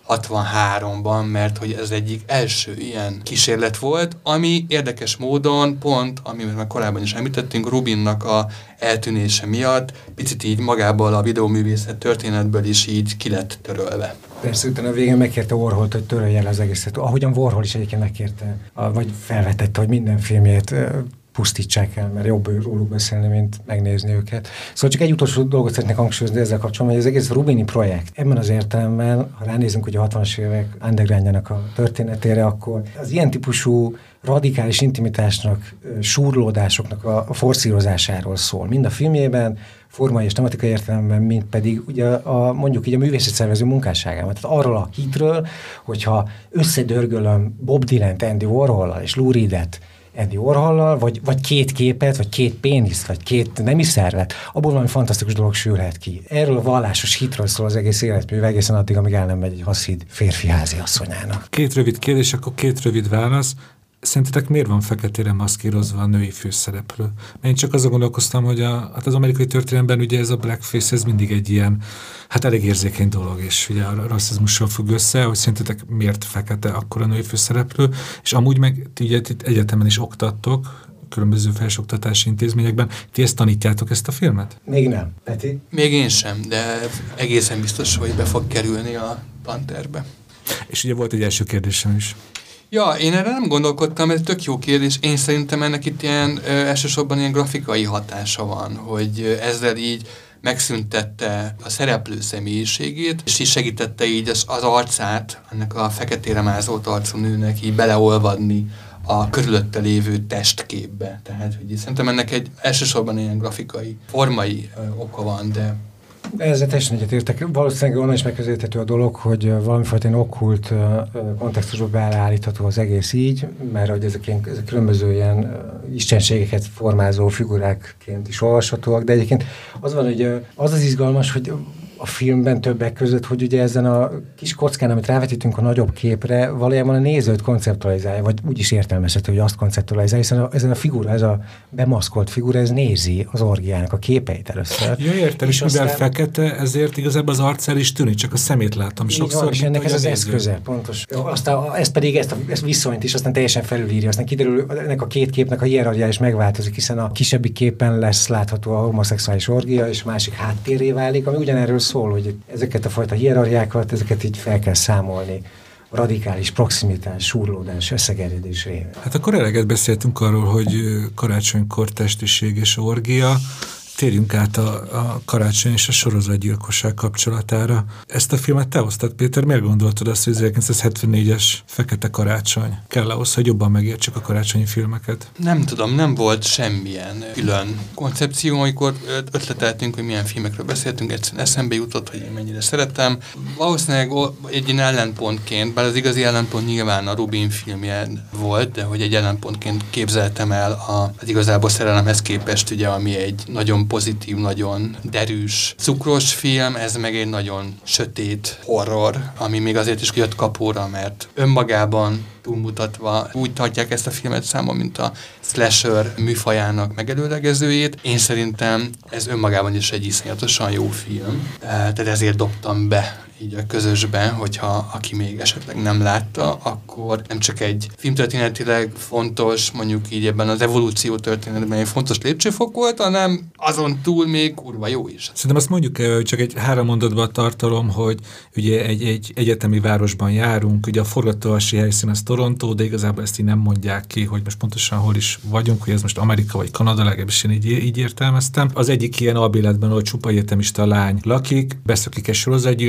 63-ban, mert hogy ez egyik első ilyen kísérlet volt, ami érdekes módon pont, amivel már korábban is említettünk, Rubinnak a eltűnése miatt picit így magából a videóművészet történetből is így ki lett törölve. Persze, utána a végén megkérte Warholt, hogy törölje el az egészet. Ahogyan Warhol is egyébként megkérte, vagy felvetette, hogy minden filmjét pusztítsák el, mert jobb róluk beszélni, mint megnézni őket. Szóval csak egy utolsó dolgot szeretnék hangsúlyozni ezzel kapcsolatban, hogy az egész Rubini projekt ebben az értelemben, ha ránézünk ugye a 60-as évek undergroundjának a történetére, akkor az ilyen típusú radikális intimitásnak, súrlódásoknak a forszírozásáról szól. Mind a filmjében, formai és tematikai értelemben, mint pedig ugye mondjuk így a művészetszervező munkásságában. Tehát arról a hitről, hogyha összedörgölöm Bob Dylan-t Andy Warhollal és Lou Reedet Andy Warhollal, vagy két képet, vagy két péniszt, vagy két nemi szervet, abból valami fantasztikus dolog sülhet ki. Erről a vallásos hitről szól az egész életmű, egészen addig, amíg el nem megy egy haszid férfi háziasszonyának. 2 rövid kérdés, akkor 2 rövid válasz. Szerintetek miért van feketére maszkírozva a női főszereplő? Én csak azon gondolkoztam, hogy az amerikai történelemben ugye ez a blackface, ez mindig egy ilyen, elég érzékeny dolog, és ugye a rasszizmussal függ össze, hogy szerintetek miért fekete akkor a női főszereplő, és amúgy meg ugye itt egyetemen is oktattok, különböző felsőoktatási intézményekben. Ti ezt tanítjátok, ezt a filmet? Még nem. Peti? Még én sem, de egészen biztos, hogy be fog kerülni a tantervbe. És ugye volt egy első kérdésem is. Ja, én erre nem gondolkodtam, ez tök jó kérdés. Én szerintem ennek itt elsősorban ilyen grafikai hatása van, hogy ezzel így megszüntette a szereplő személyiségét, és így segítette így az arcát, ennek a feketére mázolt arcú nőnek így beleolvadni a körülötte lévő testképbe. Tehát, hogy szerintem ennek elsősorban ilyen grafikai, formai oka van, de... Ezzel teljesen egyetértek. Valószínűleg onnan is megközelíthető a dolog, hogy valamifajta okkult kontextusba beállítható az egész így, mert hogy ezek különböző ilyen istenségeket formázó figurákként is olvashatóak, de egyébként az van, hogy az izgalmas, hogy a filmben többek között, hogy ugye ezen a kis kockán, amit rávetítünk a nagyobb képre, valójában a nézőt konceptualizálja, vagy úgy is értelmezhető, hogy azt konceptualizálja, hiszen ezen a figura, ez a bemaszkolt figura, ez nézi az orgiának a képeit először. Ja, értem, és mivel fekete, ezért igazából az arcára is tűnik, csak a szemét látom sokszor. Van, és ennek ez az eszköze, pontos. Aztán ez pedig ezt viszonyt is aztán teljesen felülírja, aztán kiderül, ennek a két képnek a hierarchia is megváltozik, hiszen a kisebbi képen lesz látható a homoszexuális orgia, és a másik háttérré válik, ami ugyanerről szól, hogy ezeket a fajta hierarchiákat, ezeket így fel kell számolni. Radikális proximitás, súrlódás, összegerjedés révén. Akkor eleget beszéltünk arról, hogy karácsonykor testiség és orgia. Térjünk át a karácsony és a sorozatgyilkosság kapcsolatára. Ezt a filmet te hoztad, Péter, miért gondoltad azt, hogy 1974-es Fekete Karácsony kell ahhoz, hogy jobban megértsük a karácsonyi filmeket? Nem tudom, nem volt semmilyen külön koncepció, amikor ötleteltünk, hogy milyen filmekről beszéltünk, egyszerűen eszembe jutott, hogy én mennyire szeretem. Valószínűleg egy ilyen ellenpontként, bár az igazi ellenpont nyilván a Rubin filmje volt, de hogy egy ellenpontként képzeltem el az igazából Szerelemhez képest, ugye, ami egy nagyon pozitív, nagyon derűs, cukros film, ez meg egy nagyon sötét horror, ami még azért is jött kapóra, mert önmagában túlmutatva úgy tartják ezt a filmet számon, mint a slasher műfajának megelőlegezőjét. Én szerintem ez önmagában is egy iszonyatosan jó film, tehát ezért dobtam be így a közösben, hogyha aki még esetleg nem látta, akkor nem csak egy filmtörténetileg fontos, mondjuk így ebben az evolúció történetben egy fontos lépcsőfok volt, hanem azon túl még kurva jó is. Szerintem azt mondjuk el, hogy csak egy 3 mondatban a tartalom, hogy ugye egy egyetemi városban járunk, ugye a forgatódási helyszín az Toronto, de igazából ezt így nem mondják ki, hogy most pontosan hol is vagyunk, hogy ez most Amerika vagy Kanada, legalábbis én így értelmeztem. Az egyik ilyen albéletben, ahol csupa egyetemista lány lakik, beszökik egy sorozatgyilkos,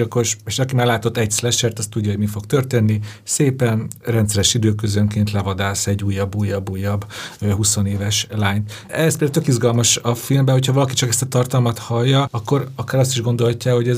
és aki már látott egy slashert, az tudja, hogy mi fog történni. Szépen rendszeres időközönként levadász egy újabb 20 éves lányt. Ez például tök izgalmas a filmben, hogyha valaki csak ezt a tartalmat hallja, akkor akár azt is gondolhatja, hogy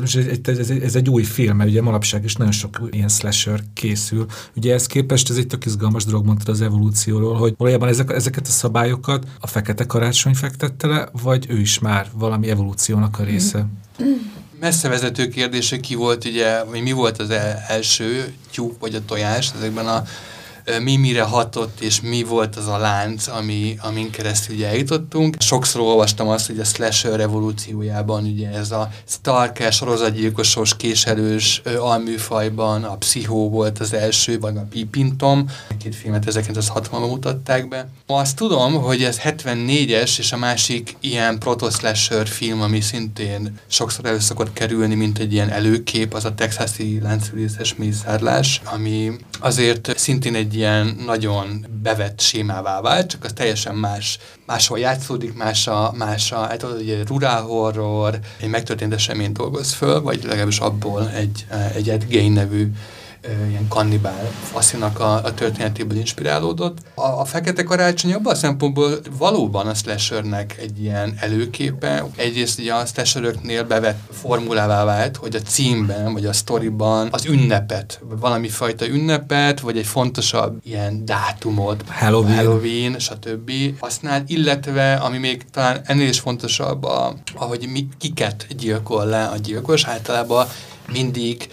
ez egy új film, mert ugye manapság is nagyon sok ilyen slasher készül. Ugye ez képest ez egy tök izgalmas dolog, mondtad az evolúcióról, hogy valójában ezeket a szabályokat a Fekete Karácsony fektette le, vagy ő is már valami evolúciónak a része? Messzevezető kérdése ki volt, ugye, vagy mi volt az első tyúk vagy a tojás ezekben a mire hatott, és mi volt az a lánc, amin keresztül ugye eljutottunk. Sokszor olvastam azt, hogy a slasher revolúciójában ugye ez a stalker, sorozatgyilkosos, késelős alműfajban a Pszichó volt az első, vagy a Pipintom. Két filmet 1960-ban mutatták be. Azt tudom, hogy ez 74-es, és a másik ilyen proto-slasher film, ami szintén sokszor elő szokott kerülni, mint egy ilyen előkép, az a texasi láncfűrészes mészárlás, ami azért szintén egy ilyen nagyon bevett sémává vált, csak az teljesen máshol játszódik, más a hát ugye rural horror, egy megtörtént esemény dolgoz föl, vagy legalábbis abból egy Ed Gein nevű ilyen kannibál faszinak a történetéből inspirálódott. A Fekete Karácsony abban a szempontból valóban a slashernek egy ilyen előképe. Egyrészt ugye a slasheröknél bevett formulává vált, hogy a címben, vagy a sztoriban az ünnepet, valami fajta ünnepet, vagy egy fontosabb ilyen dátumot, Halloween, stb. Használ, illetve, ami még talán ennél is fontosabb, ahogy kiket gyilkol le a gyilkos, általában mindig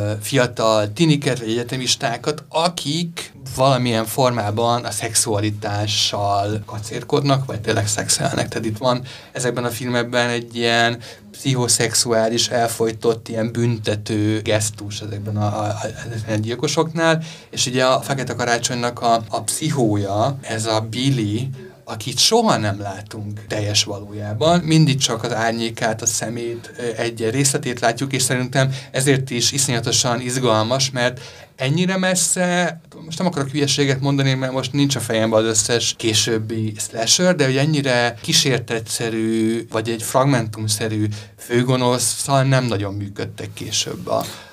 fiatal tiniket vagy egyetemistákat, akik valamilyen formában a szexualitással kacérkodnak, vagy tényleg szexelnek. Tehát itt van ezekben a filmekben egy ilyen pszichoszexuális, elfojtott, ilyen büntető gesztus ezekben a gyilkosoknál, és ugye a Fekete Karácsonynak a pszichója, ez a Billy, akit soha nem látunk teljes valójában, mindig csak az árnyékát, a szemét, egy részletét látjuk, és szerintem ezért is iszonyatosan izgalmas, mert ennyire messze, most nem akarok hülyeséget mondani, mert most nincs a fejemben az összes későbbi slasher, de hogy ennyire kísértetszerű, vagy egy fragmentumszerű főgonoszszal nem nagyon működtek később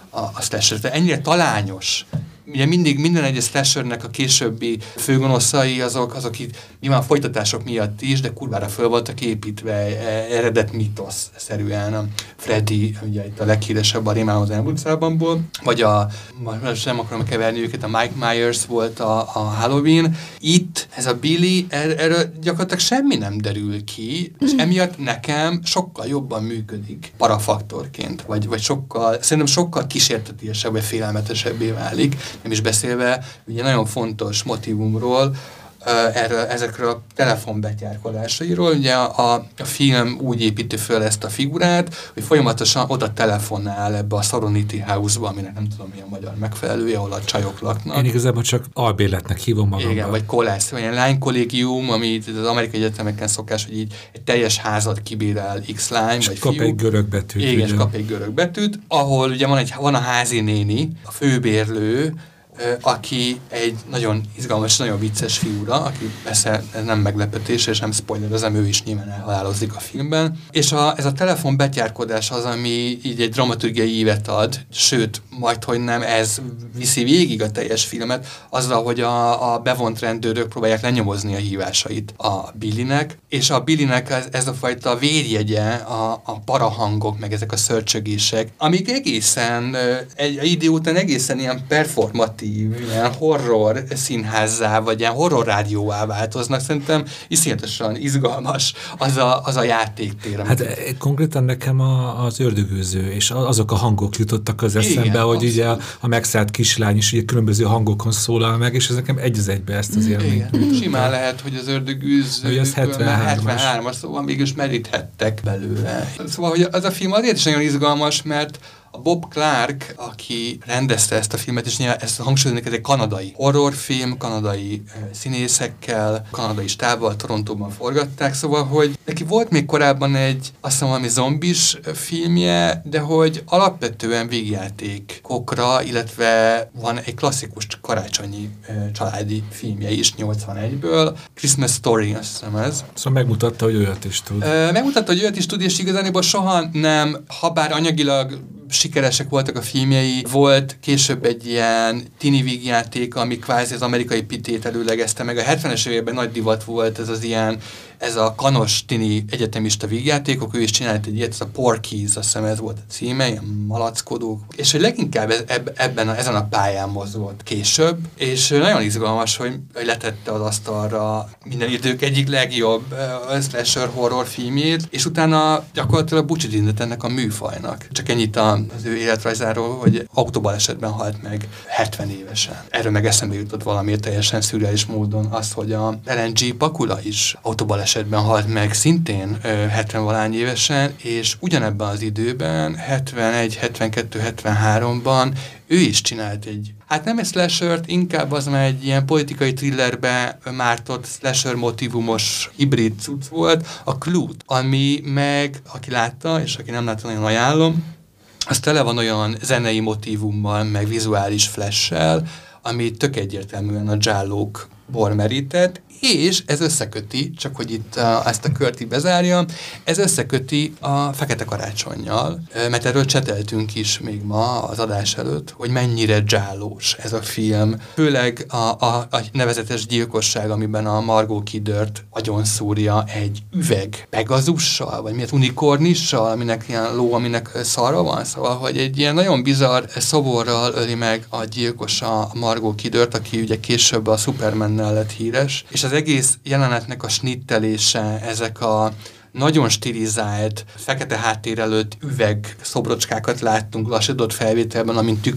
a slasher. De ennyire talányos. Ugye minden egyes slashernek a későbbi főgonoszai azok itt nyilván folytatások miatt is, de kurvára föl voltak építve eredet mítosz-szerűen. A Freddy, ugye itt a leghíresebb a Rémálom az utcábanból, vagy most nem akarom keverni őket, a Mike Myers volt a Halloween. Itt ez a Billy, erről gyakorlatilag semmi nem derül ki, és emiatt nekem sokkal jobban működik parafaktorként, vagy szerintem sokkal kísértetiesebb, vagy félelmetesebbé válik. Nem is beszélve, ugye nagyon fontos motívumról, ezekről a telefonbetyárkodásairól. Ugye a film úgy építi föl ezt a figurát, hogy folyamatosan oda telefonál ebbe a Serenity House-ba, aminek nem tudom milyen magyar megfelelője, ahol a csajok laknak. Én igazából csak albérletnek hívom magamban. Igen, vagy kolász, vagy ilyen lánykollégium, ami az amerikai egyetemeken szokás, hogy így egy teljes házat kibérel X lány, vagy kap fiú. egy görög betűt. Igen, és kap egy görög betűt, ahol ugye van a házi néni, a főbérlő, aki egy nagyon izgalmas, nagyon vicces figura, aki persze nem meglepetés, és nem spoilerezem, ő is nyilván elhalálozik a filmben. És ez a telefon betyárkodás az, ami így egy dramaturgiai ívet ad, sőt, majdhogy nem, ez viszi végig a teljes filmet, azzal, hogy a bevont rendőrök próbálják lenyomozni a hívásait a Billynek, és a Billynek ez a fajta vérjegye, a parahangok, meg ezek a szörcsögések, amik egészen, egy idő után egészen ilyen performatív, ilyen horror színházzá, vagy ilyen horror rádióvá változnak. Szerintem iszonyatosan izgalmas az a játéktér. Hát konkrétan nekem az ördögűző, és azok a hangok jutottak az eszembe, hogy ugye a megszállt kislány is ugye különböző hangokon szólal meg, és ez nekem egy az egybe ezt az élményt. Simán lehet, hogy az ördögűző 73-as, szóval mégis meríthettek belőle. Szóval, hogy az a film azért is nagyon izgalmas, mert a Bob Clark, aki rendezte ezt a filmet, és nyilván ezt hangsúlyozni, ez egy kanadai horrorfilm, kanadai színészekkel, kanadai stábbal Torontóban forgatták, szóval, hogy neki volt még korábban egy, azt hiszem, valami zombis filmje, de hogy alapvetően végjátékokra, illetve van egy klasszikus karácsonyi családi filmje is 81-ből, Christmas Story, azt hiszem ez. Szóval megmutatta, hogy olyat is tud. Megmutatta, hogy olyat is tud, és igazániból soha nem, habár anyagilag sikeresek voltak a filmjei, volt később egy ilyen tini vígjáték, ami kvázi az amerikai pitét előlegezte meg. A 70-es években nagy divat volt ez a kanos tini egyetemista vígjátékok, ő is csinált egy ilyet, ez a Porky's, azt hiszem ez volt a címe, ilyen malackodók, és hogy leginkább ezen a pályán mozgott később, és nagyon izgalmas, hogy letette az asztalra minden idők egyik legjobb slasher horror filmjét, és utána gyakorlatilag búcsút indult ennek a műfajnak. Csak ennyit az ő életrajzáról, hogy autóbalesetben halt meg 70 évesen. Erről meg eszembe jutott valamiért teljesen szürreális módon az, hogy a Ellen G. Pakula is autóbalesetben halt meg szintén 70-valány évesen, és ugyanebben az időben, 71, 72, 73-ban ő is csinált hát nem egy slashert, inkább az már egy ilyen politikai thrillerbe mártott slasher motivumos hibrid cucc volt, a Clue-t, ami meg, aki látta, és aki nem látta, nagyon ajánlom, az tele van olyan zenei motívummal, meg vizuális flash-sel, ami tök egyértelműen a giallókból merített, és ez összeköti, csak hogy itt ezt a kört így bezárjam, ez összeköti a Fekete Karácsannyal, mert erről cseteltünk is még ma az adás előtt, hogy mennyire giallós ez a film. Főleg a nevezetes gyilkosság, amiben a Margot Kidder-t agyonszúrja egy üveg Pegazussal, vagy miért unikornissal, aminek ilyen ló, aminek szarva van, szóval, hogy egy ilyen nagyon bizarr szoborral öli meg a gyilkos a Margot Kidder-t, aki ugye később a Supermannel lett híres, és az egész jelenetnek a snittelése, ezek a nagyon stilizált, fekete háttér előtt üveg szobrocskákat láttunk lassított felvételben,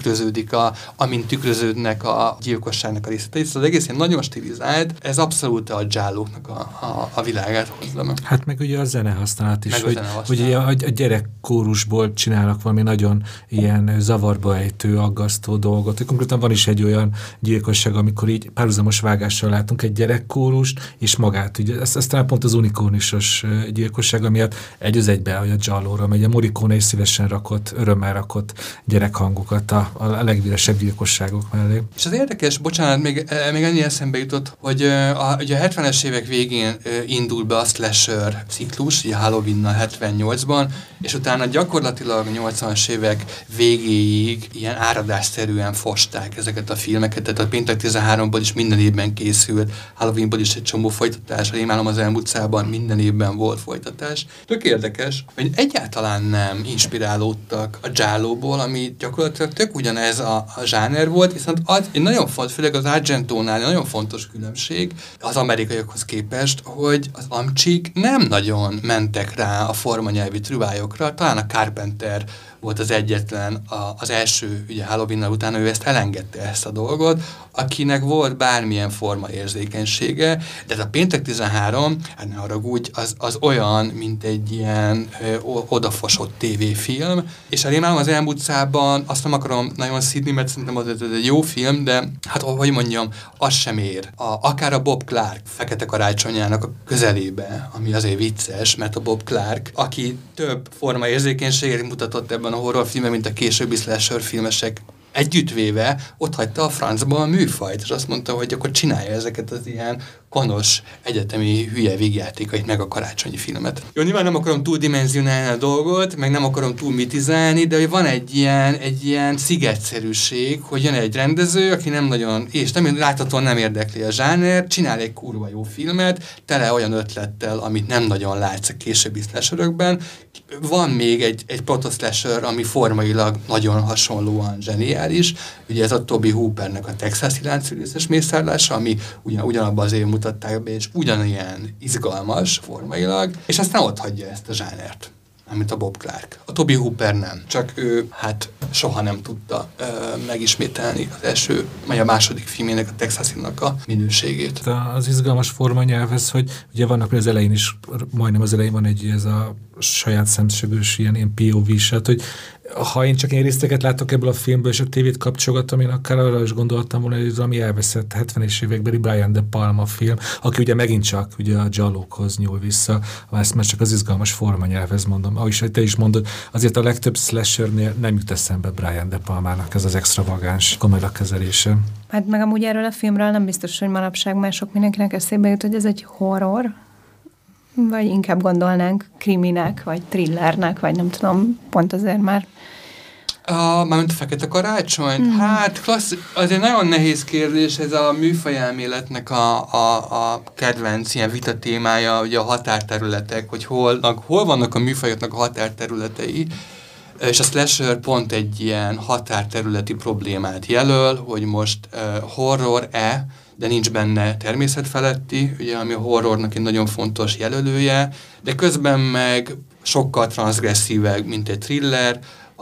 amint tükröződnek a gyilkosságnak a részletei. Szóval az egész ilyen nagyon stilizált, ez abszolút a giallóknak a világát hozza meg. Hát meg ugye a zenehasználat is, hogy ugye a gyerekkórusból csinálnak valami nagyon ilyen zavarba ejtő, aggasztó dolgot. Konkrétan van is egy olyan gyilkosság, amikor így párhuzamos vágással látunk egy gyerekkórust, és magát. Ugye ez talán pont az unikornisos gyilkossága miatt egy az egybe a giallóra megy. A Morricone is szívesen örömmel rakott gyerekhangokat a legvíresebb gyilkosságok mellé. És az érdekes, bocsánat, még ennyi eszembe jutott, hogy ugye a 70-es évek végén indul be a slasher ciklus, ugye Halloween-nal 78-ban, és utána gyakorlatilag a 80-as évek végéig ilyen áradásszerűen fosták ezeket a filmeket, tehát a Péntek 13-ból is minden évben készült, Halloweenból is egy csomó folytatás, a Rémálom az Elmúltszában minden évben volt folytatás. Tök érdekes, hogy egyáltalán nem inspirálódtak a giallóból, ami gyakorlatilag tök ugyanez a zsáner volt, viszont az egy nagyon fontos, főleg az Argentónál nagyon fontos különbség az amerikaiakhoz képest, hogy az amcsik nem nagyon mentek rá a formanyelvi trüvályokra, talán a Carpenter volt az egyetlen, az első ugye Halloween-nal utána ő ezt elengedte ezt a dolgot, akinek volt bármilyen forma érzékenysége, de ez a Péntek 13, hát ne haragudj, az olyan, mint egy ilyen odafosott tévéfilm, és a Rémálom az Elmúltszában azt nem akarom nagyon szidni, mert szerintem az egy jó film, de hát hogy mondjam, az sem ér. Akár a Bob Clark Fekete Karácsonyának a közelébe, ami azért vicces, mert a Bob Clark, aki több forma érzékenységet mutatott ebben a horrorfilmben, mint a későbbi slasher filmesek együttvéve, ott hagyta a francba a műfajt, és azt mondta, hogy akkor csinálja ezeket az ilyen kanos egyetemi hülye végjátékait, meg a karácsonyi filmet. Jó, nyilván nem akarom túldimenzionálni a dolgot, meg nem akarom túl mitizálni, de van egy ilyen szigetszerűség, hogy jön egy rendező, aki nem nagyon, és nem láthatóan nem érdekli a zsáner, csinál egy kurva jó filmet, tele olyan ötlettel, amit nem nagyon látsz a későbbi slasherökben. Van még egy proto-slasher, ami formailag nagyon hasonlóan zseniális. Ugye ez a Toby Hoopernek a Texasi láncfűrészes mészárlása, ami ugyanabban az év mutatták be, és ugyanilyen izgalmas formailag, és aztán ott hagyja ezt a zsánert, mint a Bob Clark. A Toby Hooper nem, csak ő hát soha nem tudta megismételni az első, vagy a második filmének, a Texasinak a minőségét. Az izgalmas formanyelvhez, hogy ugye vannak az elején is, majdnem az elején van ez a saját szemszögős ilyen POV-set, hogy ha én csak én részteket látok ebből a filmből, és a tévét kapcsolgatom, én akár arra is gondoltam volna, hogy ez ami elveszett 70-es évekbeli Brian De Palma film, aki ugye megint csak ugye a giallókhoz nyúl vissza, ezt már csak az izgalmas formanyelvhez mondom. Ahogy te is mondod, azért a legtöbb slashernél nem jut eszembe Brian De Palmának ez az extravagáns komolylag kezelése. Hát meg amúgy erről a filmről nem biztos, hogy manapság már sok mindenkinek eszébe jut, hogy ez egy horror, vagy inkább gondolnánk kriminek, vagy thrillernek, vagy nem tudom, pont azért már Mármint a Fekete Karácsony? Hát azért nagyon nehéz kérdés, ez a műfajelméletnek a kedvenc ilyen vita témája, ugye a határterületek, hogy hol vannak a műfajoknak a határterületei, és a slasher pont egy ilyen határterületi problémát jelöl, hogy most horror-e, de nincs benne természetfeletti, ugye, ami a horrornak egy nagyon fontos jelölője, de közben meg sokkal transzgresszívebb, mint egy thriller,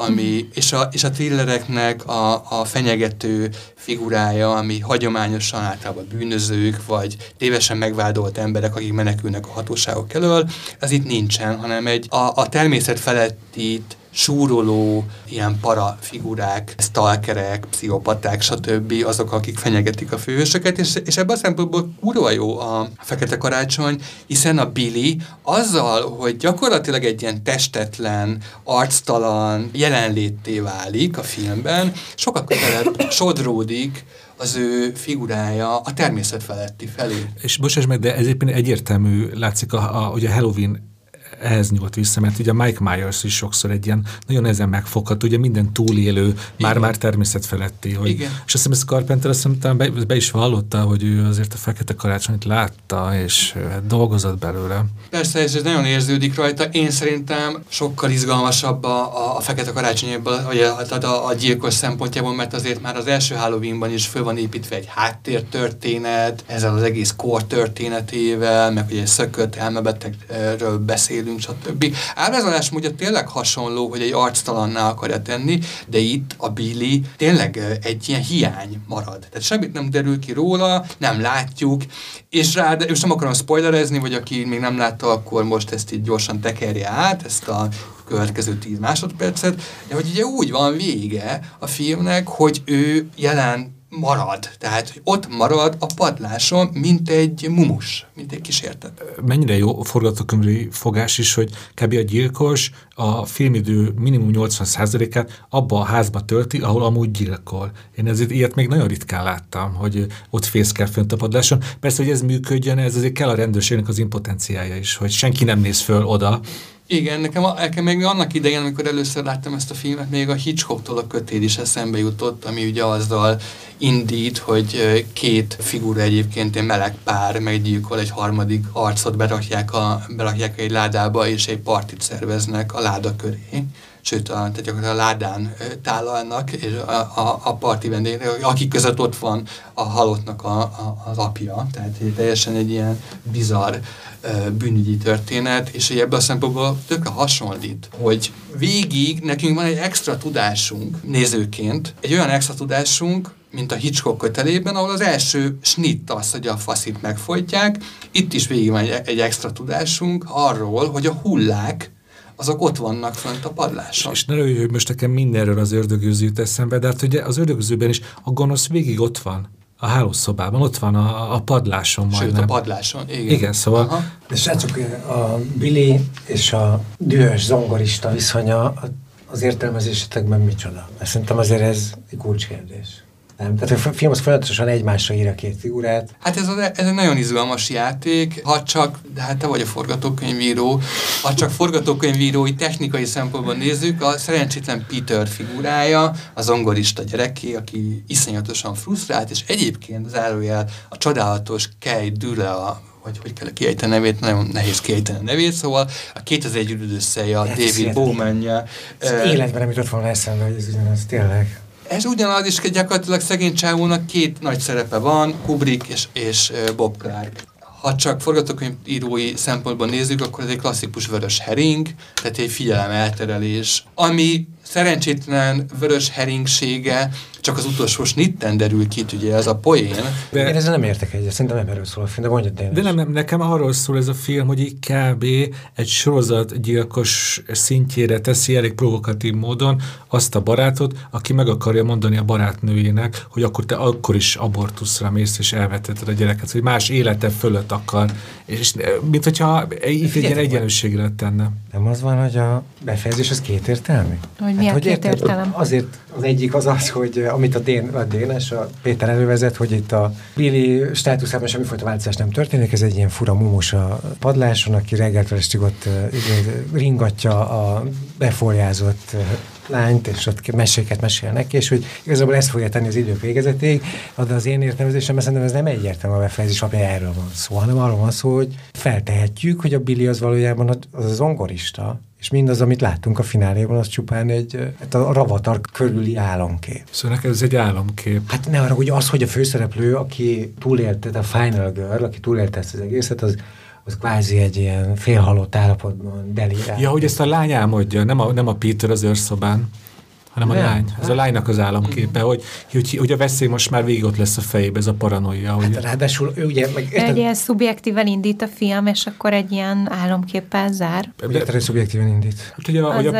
és a thrillereknek a fenyegető figurája, ami hagyományosan általában bűnözők, vagy tévesen megvádolt emberek, akik menekülnek a hatóságok elől, ez itt nincsen, hanem a természet felettit súroló ilyen parafigurák, stalkerek, pszichopaták, stb. Azok, akik fenyegetik a főhősöket, és ebben a szempontból kurva jó a Fekete Karácsony, hiszen a Billy azzal, hogy gyakorlatilag egy ilyen testetlen, arctalan jelenlétté válik a filmben, sokkal közelebb sodródik az ő figurája a természet feletti felé. És bocsáss meg, de ez éppen egyértelmű, látszik, hogy a Halloween ehhez nyúlt vissza, mert ugye Mike Myers is sokszor egy ilyen nagyon ezen megfogható, ugye minden túlélő, már természetfeletti. Hogy, és azt hiszem, ez Carpenter azt hiszem, be is vallotta, hogy ő azért a Fekete Karácsonyt látta, és dolgozott belőle. Persze, és ez nagyon érződik rajta. Én szerintem sokkal izgalmasabb a Fekete Karácsonyban, vagy a gyilkos szempontjából, mert azért már az első Halloweenban is föl van építve egy háttértörténet, ezzel az egész kor történetével, meg ugye egy szökött elmebetegről beszélünk, stb. Ábrázolásmódja tényleg hasonló, hogy egy arctalanná akarja tenni, de itt a Billy tényleg egy ilyen hiány marad. Tehát semmit nem derül ki róla, nem látjuk, és nem akarom spoilerezni, vagy aki még nem látta, akkor most ezt így gyorsan tekerje át, ezt a következő 10 másodpercet, de hogy ugye úgy van vége a filmnek, hogy ő jelen marad. Tehát, hogy ott marad a padláson, mint egy mumus, mint egy kísértet. Mennyire jó forgatókönyvi fogás is, hogy kb. A gyilkos a filmidő minimum 80%-át abba a házba tölti, ahol amúgy gyilkol. Én ezért ilyet még nagyon ritkán láttam, hogy ott fészkel fönt a padláson. Persze, hogy ez működjön, ez azért kell a rendőrségnek az impotenciája is, hogy senki nem néz föl oda. Igen, nekem még annak idején, amikor először láttam ezt a filmet, még a Hitchcocktól a Kötél is eszembe jutott, ami ugye azzal indít, hogy két figura egyébként egy meleg pár meggyilkol, egy harmadik arcot berakják egy ládába, és egy partit szerveznek a láda köré. Sőt, tehát gyakorlatilag a ládán tálalnak, és a parti vendégek, akik között ott van a halottnak az apja, tehát teljesen egy ilyen bizarr bűnügyi történet, és ebből a szempontból tökre hasonlít, hogy végig nekünk van egy extra tudásunk nézőként, egy olyan extra tudásunk, mint a Hitchcock kötelében, ahol az első snitt az, hogy a faszit megfojtják, itt is végig van egy extra tudásunk arról, hogy a hullák azok ott vannak fönt a padláson. És ne röjjön, hogy most nekem mindenről az ördögűző jut eszembe, de hát ugye az ördögűzőben is a gonosz végig ott van. A hálószobában, ott van a padláson majdnem. Sőt, a padláson, igen. Igen, szóval... Aha. De srácok, a Billy és a dühös zongorista viszonya az értelmezésetekben micsoda? Szerintem azért ez egy kulcskérdés. Nem? Tehát a film az folyamatosan egymásra ír a két figurát. Hát ez egy nagyon izgalmas játék, de hát te vagy a forgatókönyvíró, ha csak forgatókönyvírói technikai szempontból nézzük, a szerencsétlen Peter figurája, a zongorista gyereké, aki iszonyatosan frusztrált, és egyébként zárójel a csodálatos Kay Dula, hogy kell kiejteni a nevét, nagyon nehéz kiejteni a nevét, szóval a 2001 ürüdösszeje, a David Bowman-ja. Életben nem jutott volna eszembe, hogy ez ugyanaz, tényleg. Ez ugyanaz is, gyakorlatilag szegény csávónak két nagy szerepe van, Kubrick és Bob Clark. Ha csak forgatókönyvírói szempontból nézzük, akkor ez egy klasszikus vörös hering, tehát egy figyelemelterelés, ami szerencsétlen vörös heringsége csak az utolsó snitten derül ki, ugye ez a poén. Én ezzel nem értek egyet, szerintem nem erről szól a film, de mondjad tényleg. De nem, nekem arról szól ez a film, hogy így kb. Egy sorozatgyilkos szintjére teszi elég provokatív módon azt a barátot, aki meg akarja mondani a barátnőjének, hogy akkor te akkor is abortuszra mész, és elvetetted a gyereket, hogy más élete fölött akar. És mint hogyha itt egy ilyen egyenlőségre tenne. Nem az van, hogy a befejezés az kétértelmű? Hogy Mi a két értelem? Azért az egyik az, hogy amit a Dénes, a Péter elővezet, hogy itt a Billy státuszában semmifajta változás nem történik, ez egy ilyen fura mumus a padláson, aki reggeltől estig ott ringatja a befóliázott lányt, és ott meséket mesél neki, és hogy igazából ezt fogja tenni az idők végezetéig, de az én értelmezésemben szerintem ez nem egyértelmű a befejezés, ami erről van szó, hanem arról van szó, hogy feltehetjük, hogy a Billy az valójában az a zongorista, és mindaz, amit láttunk a fináléban, az csupán a Ravatar körüli álomkép. Szóval neked ez egy álomkép. Hát ne arra, hogy az, hogy a főszereplő, aki túlélte, a Final Girl, aki túlélte ezt az egészet, az kvázi egy ilyen félhalott állapotban delirál. Ja, hogy ezt a lány álmodja, nem a Peter az őrszobán, hanem a lány. Ez a lánynak az álomképe, hogy a veszély most már végig ott lesz a fejébe, ez a paranoia. Hát hogy... ráadásul ő ugye... Egy ilyen szubjektíven indít a film, és akkor egy ilyen álomképpel zár. Egy szubjektíven indít. Hát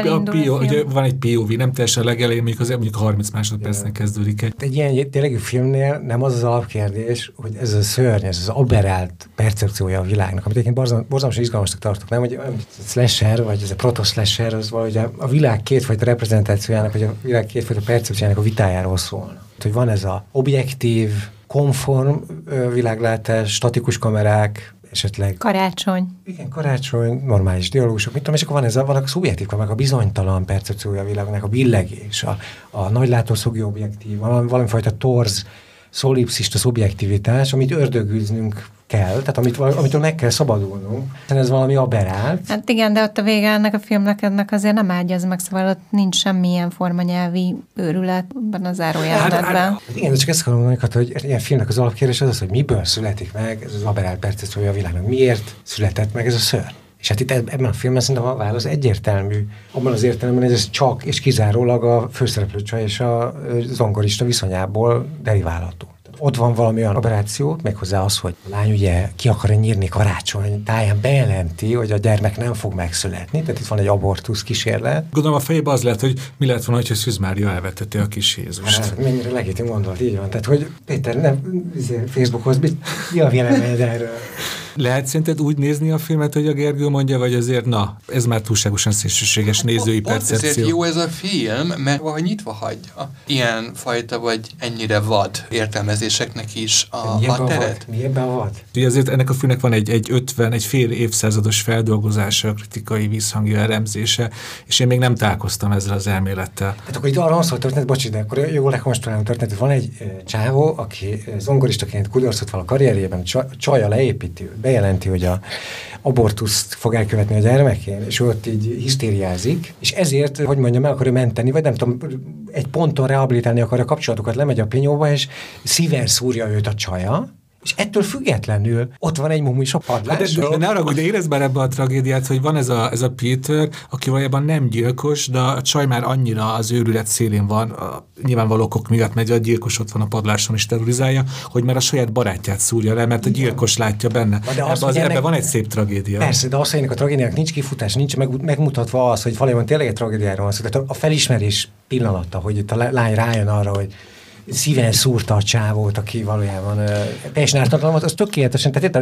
ugye van egy POV, nem teljesen legelején, mondjuk 30 másodpercnek kezdődik. Egy ilyen ténylegű filmnél nem az alapkérdés, hogy ez a szörny, ez az aberrált percepciója a világnak, amit egyébként borzalmasan izgalmasnak tartok, nem? Hogy slasher, vagy ez a proto-slasher, az valahogy a világ kétfajta reprezentációjának, vagy a világ kétfajta percepciójának a vitájáról szól. Hogy van ez a objektív, konform világlátás, statikus kamerák, esetleg... Karácsony. Igen, karácsony, normális dialógusok, mit tudom, és akkor van a szubjektív kamerák, a bizonytalan percepciója a világnak, a billegés, a nagylátószögű objektív, valamifajta torz, szolipszista szubjektivitás, amit ördögűznünk kell, tehát amitől meg kell szabadulnunk, hiszen ez valami aberrált. Hát igen, de ott a vége ennek a filmnek azért nem ágyaz meg, szóval ott nincs semmilyen formanyelvi őrületben a zárójelenetben. Hát igen, de csak ezt akarom mondani, hogy ilyen filmnek az alapkérdés az, hogy miből születik meg ez az aberrált percepciója a világnak. Miért született meg ez a szörny? És hát itt ebben a filmben szerintem a válasz egyértelmű. Abban az értelemben, hogy ez csak és kizárólag a főszereplő csaj és a zongorista viszonyából deriválható. Ott van valami olyan operáció, méghozzá az, hogy a lány ugye ki akar nyírni karácsony táján, bejelenti, hogy a gyermek nem fog megszületni, tehát itt van egy abortusz kísérlet. Gondolom a fejében az lehet, hogy mi lett volna, hogyha Szűz Mária elveteti a kis Jézust. Hát, mennyire legitim gondolat, így van. Tehát, hogy Péter, nem Facebookhoz, mi a véleményed erről? Lehet szerinted úgy nézni a filmet, hogy a Gergő mondja, vagy azért, ez már túlságosan szélsőséges nézői percepció. Azért jó ez a film, mert valahogy nyitva hagyja ilyen fajta, vagy ennyire vad értelmezéseknek is a teret. Mi ebben a vad? Ugye azért ennek a filmnek van egy fél évszázados feldolgozása, kritikai visszhangja, elemzése, és én még nem találkoztam ezzel az elmélettel. Hát akkor itt arra van szó, hogy történet, bocsi, de akkor jól rekonstruálom történet. Van egy csávó, aki zongoristaként kudarcot val a karrierjében, csaja leépíti, bejelenti, hogy a abortuszt fog elkövetni a gyermekén, és ő ott így hisztériázik, és ezért, hogy mondjam, el akarja menteni, vagy nem tudom, egy ponton rehabilitálni akarja a kapcsolatokat, lemegy a pinyóba, és szíven szúrja őt a csaja, és ettől függetlenül ott van egy mumus a padláson. De ne arra, de érezd már ebbe a tragédiát, hogy van ez a Peter, aki valójában nem gyilkos, de a csaj már annyira az őrület szélén van, nyilvánvaló okok miatt megy, a gyilkos ott van a padláson is terrorizálja, hogy már a saját barátját szúrja le, mert a gyilkos látja benne. Ebben van egy szép tragédia. Persze, de az, hogy ennek a tragédiának nincs kifutás, nincs megmutatva az, hogy valójában tényleg egy tragédiáról van szó. Tehát a felismerés pillanata, hogy itt a lány rájön arra, hogy szíven szúrta a csávót, aki valójában teljesen ártatlan, az tökéletesen, tehát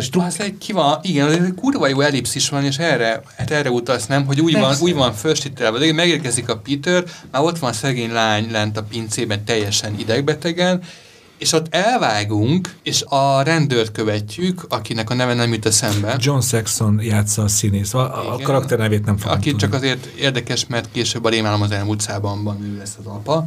igen, egy kurva jó ellipszis van, és erre utalsz, nem, hogy úgy van fölstitelve, de megérkezik a Peter, már ott van szegény lány lent a pincében teljesen idegbetegen, és ott elvágunk, és a rendőrt követjük, akinek a neve nem jut eszembe. John Saxon játsza a színész. A karakter nevét nem fogom tudni. Csak azért érdekes, mert később a Rémálom az elmúlt szában ő lesz az apa.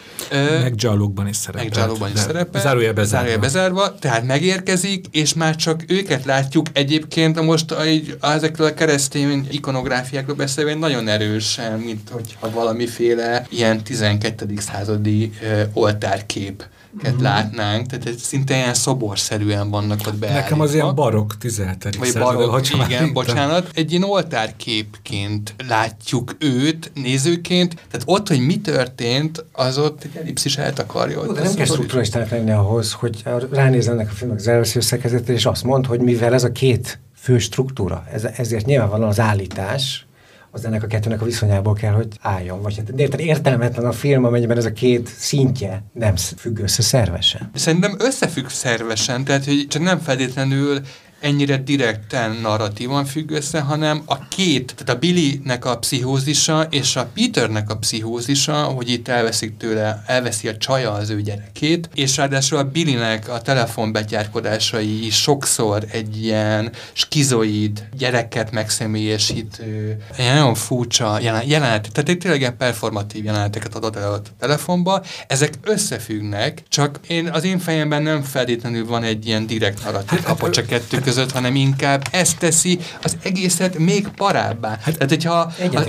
Meg Dzsallókban is szerepel. Zárójel bezárva. Tehát megérkezik, és már csak őket látjuk. Egyébként most ezekről a keresztény ikonográfiákról beszélve nagyon erősen, mint hogyha valamiféle ilyen 12. századi oltárkép látnánk, tehát szinte ilyen szoborszerűen vannak ott beállítva. Nekem az ilyen barokk 17. század. Igen, bocsánat. Egy ilyen oltárképként látjuk őt nézőként, tehát ott, hogy mi történt, az ott egy ellipszis eltakarja. De nem kell strukturálistának lenni ahhoz, hogy ránézzenek a filmnek az először szerkezetére, és azt mond, hogy mivel ez a két fő struktúra, ezért nyilvánvalóan az állítás, az ennek a kettőnek a viszonyából kell, hogy álljon. Vagy értelmetlen a film, amennyiben ez a két szintje nem függ össze szervesen. Szerintem összefügg szervesen, tehát hogy csak nem feltétlenül ennyire direkten narratívan függ össze, hanem tehát a Billynek a pszichózisa és a Peternek a pszichózisa, hogy itt elveszi a csaja az ő gyerekét, és ráadásul a Billynek a telefonbetyárkodásai is sokszor egy ilyen skizoid, gyereket megszemélyesítő, egy nagyon furcsa jelenet, tehát tényleg ilyen performatív jeleneteket adott el a telefonba, ezek összefüggnek, csak az én fejemben nem feltétlenül van egy ilyen direkt narratív kapocs a kettő között, hanem inkább ezt teszi az egészet még parábbá. Tehát, hogyha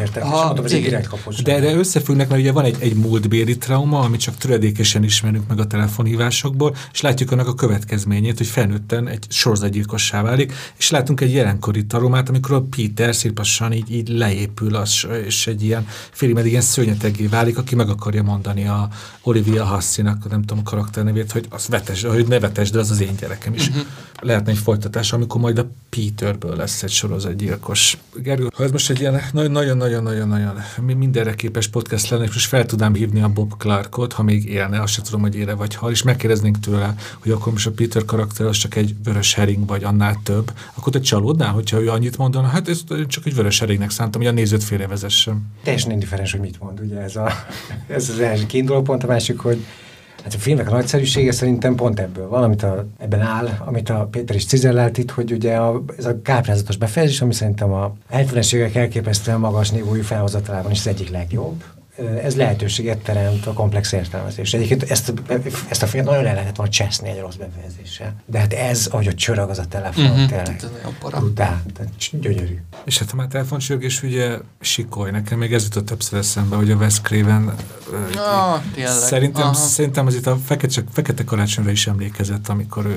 de összefüggnek, mert ugye van egy múltbéli trauma, ami csak töredékesen ismerünk meg a telefonhívásokból, és látjuk annak a következményét, hogy felnőtten egy sorozatgyilkossá válik, és látunk egy jelenkori traumát, amikor a Peter szépen így leépül, és egy ilyen félig ilyen szörnyeteggé válik, aki meg akarja mondani a Olivia Hussey-nak, nem tudom a karakternevét, hogy hogy ne vetesd, de az az én gyerekem is. Lehetne egy folytatás, amikor majd a Peterből lesz egy sorozatgyilkos. Gergő, ha ez most egy ilyen nagyon-nagyon-nagyon mindenre képes podcast lenne, és most fel tudnám hívni a Bob Clarkot, ha még élne, azt sem tudom, hogy éle vagy hal, és megkérdeznénk tőle, hogy akkor most a Peter karakter az csak egy vörös hering, vagy annál több, akkor te csalódnál, hogyha ő annyit mondana, hát ez csak egy vörös heringnek szántam, hogy a nézőt félrevezessem. Teljesen indiferens, hogy mit mond, ugye ez az első kiinduló pont, a másik, hogy hát a filmnek a nagyszerűsége szerintem pont ebből van, ebben áll, amit a Péter is cizellelt itt, hogy ugye ez a káprázatos befejezés, ami szerintem a 70-es évek elképesztően magas nívójú felhozatalában is az egyik legjobb. Ez lehetőséget teremt a komplex értelmezés. Egyébként ezt a filmet nagyon el lehetett volna cseszni egy rossz befejezéssel. De hát ez, ahogy ott csörög az a telefon, tényleg. Tehát gyönyörű. És hát ha már telefoncsörgés, ugye sikoly. Nekem még ez jutott többször eszembe, hogy a Wes Craven szerintem az itt a Fekete Karácsonyra is emlékezett, amikor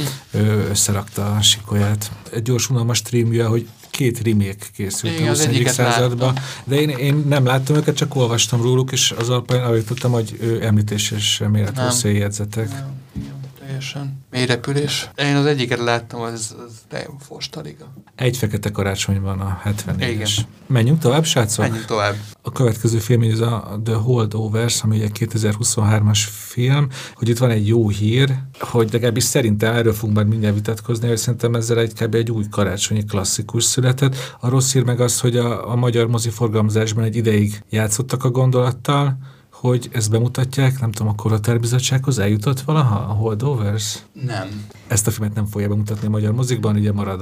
ő összerakta a sikolyát. Egy gyors unalmas trémje, hogy 2 remake készült a 21. században, de én nem láttam őket, csak olvastam róluk, és az alapján arra tudtam, hogy említéses mérethosszú jegyzetek. Teljesen. Mélyrepülés. Én az egyiket láttam, az nagyon fostaliga. Egy Fekete Karácsony van a 74-es. Menjünk tovább, srácok? Menjünk tovább. A következő film, ez a The Holdovers, ami egy 2023-as film, hogy itt van egy jó hír, hogy legalábbis szerintem erről fogunk már mindjárt vitatkozni, hogy szerintem ezzel egy új karácsonyi klasszikus született. A rossz hír meg az, hogy a magyar moziforgalmazásban egy ideig játszottak a gondolattal, hogy ezt bemutatják, nem tudom, a Koroterbizottsághoz eljutott valaha a Holdovers? Nem. Ezt a filmet nem fogja bemutatni a magyar mozikban, ugye marad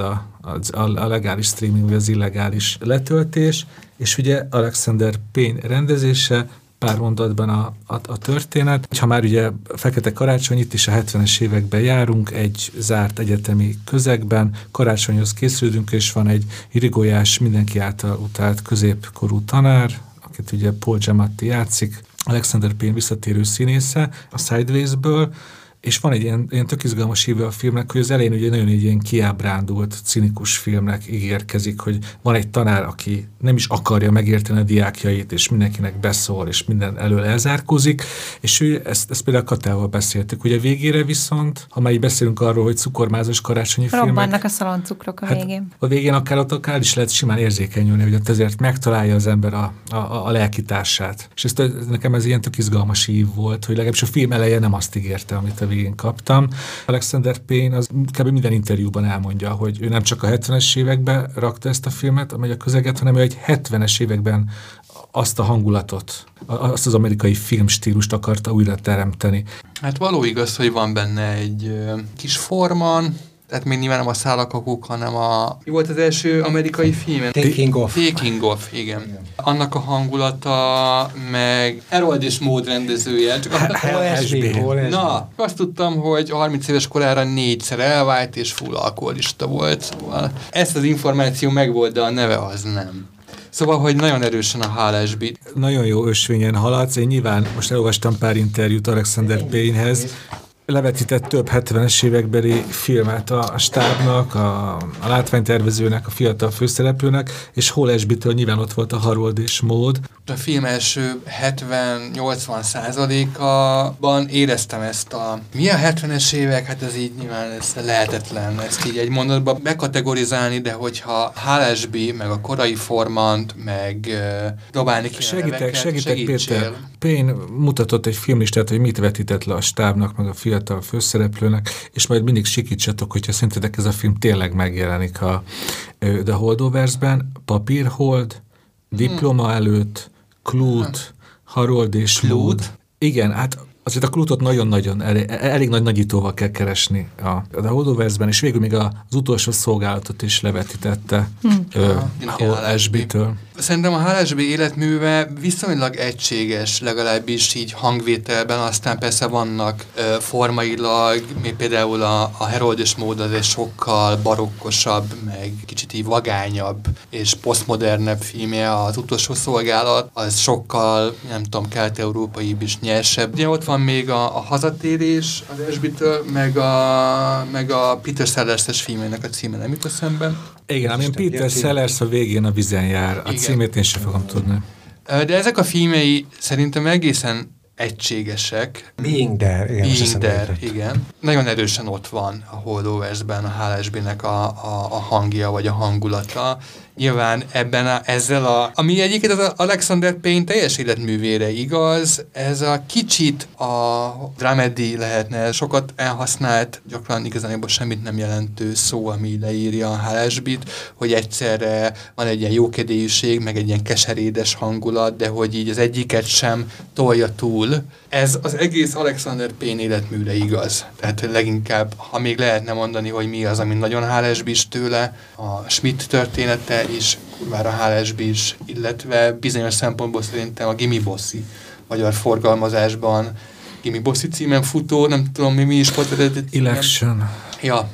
a legális streaming, vagy az illegális letöltés, és ugye Alexander Payne rendezése, pár mondatban a történet. Ha már ugye Fekete Karácsony, itt is a 70-es években járunk, egy zárt egyetemi közegben, karácsonyhoz készülünk, és van egy irigolyás, mindenki által utált középkorú tanár, akit ugye Paul Giamatti játszik, Alexander Payne visszatérő színésze a Sideways-ből, és van egy ilyen tök izgalmas híve a filmnek, hogy az elején ugye nagyon egy ilyen kiábrándult, cinikus filmnek ígérkezik, hogy van egy tanár, aki nem is akarja megérteni a diákjait, és mindenkinek beszól, és minden elől elzárkózik, és ő ezt például Katával beszéltük. Ugye végére viszont, ha már így beszélünk arról, hogy cukormázos karácsonyi filmek... Robbannak a szaloncukrok a végén. A végén akár is lehet simán érzékenyülni, hogy ott ezért megtalálja az ember a lelkitársát. És nekem ez ilyen tök izgalmas ív volt, hogy legalábbis a film eleje nem azt ígérte, amit a végén kaptam. Alexander Payne az kb. Minden interjúban elmondja, hogy ő nem csak a 70-es években rakta ezt a filmet, amely a közeget, hanem ő egy 70-es években azt a hangulatot, azt az amerikai filmstílust akarta újra teremteni. Hát való igaz, hogy van benne egy kis forman, tehát még nyilván nem a Szálakakuk, hanem mi volt az első amerikai film? Taking Off. Taking Off, igen. Annak a hangulata, meg Harold és Maude rendezője. Na, azt tudtam, hogy 30 éves korára 4-szer elvált, és full alkoholista volt. Szóval ezt az információ megvolt, de a neve az nem. Szóval, hogy nagyon erősen a hálásbit. Nagyon jó ösvényen haladsz. Én nyilván most elolvastam pár interjút Alexander Paynehez, levetített több 70-es évekbeli filmet a stábnak, a látványtervezőnek, a fiatal főszereplőnek, és Hall Ashby-től nyilván ott volt a Harold és Maude. A film első 70-80%-ban éreztem ezt mi a 70-es évek? Hát ez így nyilván ez lehetetlen ezt így egy mondatban bekategorizálni, de hogyha HLSB, meg a korai Formant, meg dobálni kéne Segítek Péter. Payne mutatott egy filmlistát, hogy mit vetített le a stábnak, meg a fiatal főszereplőnek, és majd mindig sikítsatok, hogyha szerintetek ez a film tényleg megjelenik a The Holdovers-ben. Papírhold, Diploma előtt, Clute, Harold és Lud. Igen, hát azért a Clute-ot nagyon-nagyon, elég nagy nagyítóval kell keresni a The Holdovers-ben, és végül még az utolsó szolgálatot is levetítette HLSB-től. Szerintem a HLSB életműve viszonylag egységes, legalábbis így hangvételben, aztán persze vannak formailag, még például a Heroldes mód az egy sokkal barokkosabb, meg kicsit így vagányabb és posztmodernebb filmje, az utolsó szolgálat, az sokkal, nem tudom, kelet-európaibb is nyersebb. Ugye ott van még a hazatérés az SB-től, meg a Peter Sellers-es filmének a címe nem jut eszembe. Igen, amilyen Peter Sellers a végén a vizen jár. A címét én sem fogom tudni. De ezek a filmei szerintem egészen egységesek. Being There, igen. Nagyon erősen ott van a Holdovers-ben a HLSB-nek a hangja, vagy a hangulata. Nyilván ami egyébként az Alexander Payne teljes életművére igaz, ez a kicsit a dramedy lehetne, sokat elhasznált, gyakran igazából semmit nem jelentő szó, ami leírja a HLSB-t, hogy egyszerre van egy ilyen jókedélyűség, meg egy ilyen keserédes hangulat, de hogy így az egyiket sem tolja túl. Ez az egész Alexander Payne életműre igaz. Tehát leginkább, ha még lehetne mondani, hogy mi az, ami nagyon HLSB-s tőle, a Schmidt története is, kurvára HLSB is, illetve bizonyos szempontból szerintem a Gimme Bossy magyar forgalmazásban Gimme Bossy címen futó, nem tudom mi is volt eredeti. Election. Ja,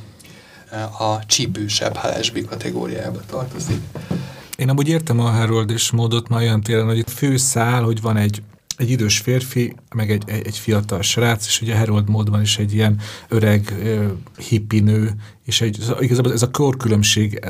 a csípősebb HLSB kategóriába tartozik. Én amúgy értem a Harold és módot már olyan téren, hogy főszál, hogy van egy idős férfi, meg egy fiatal srác, és ugye Harold módban is egy ilyen öreg hippi nő, és igazából ez a korkülönbség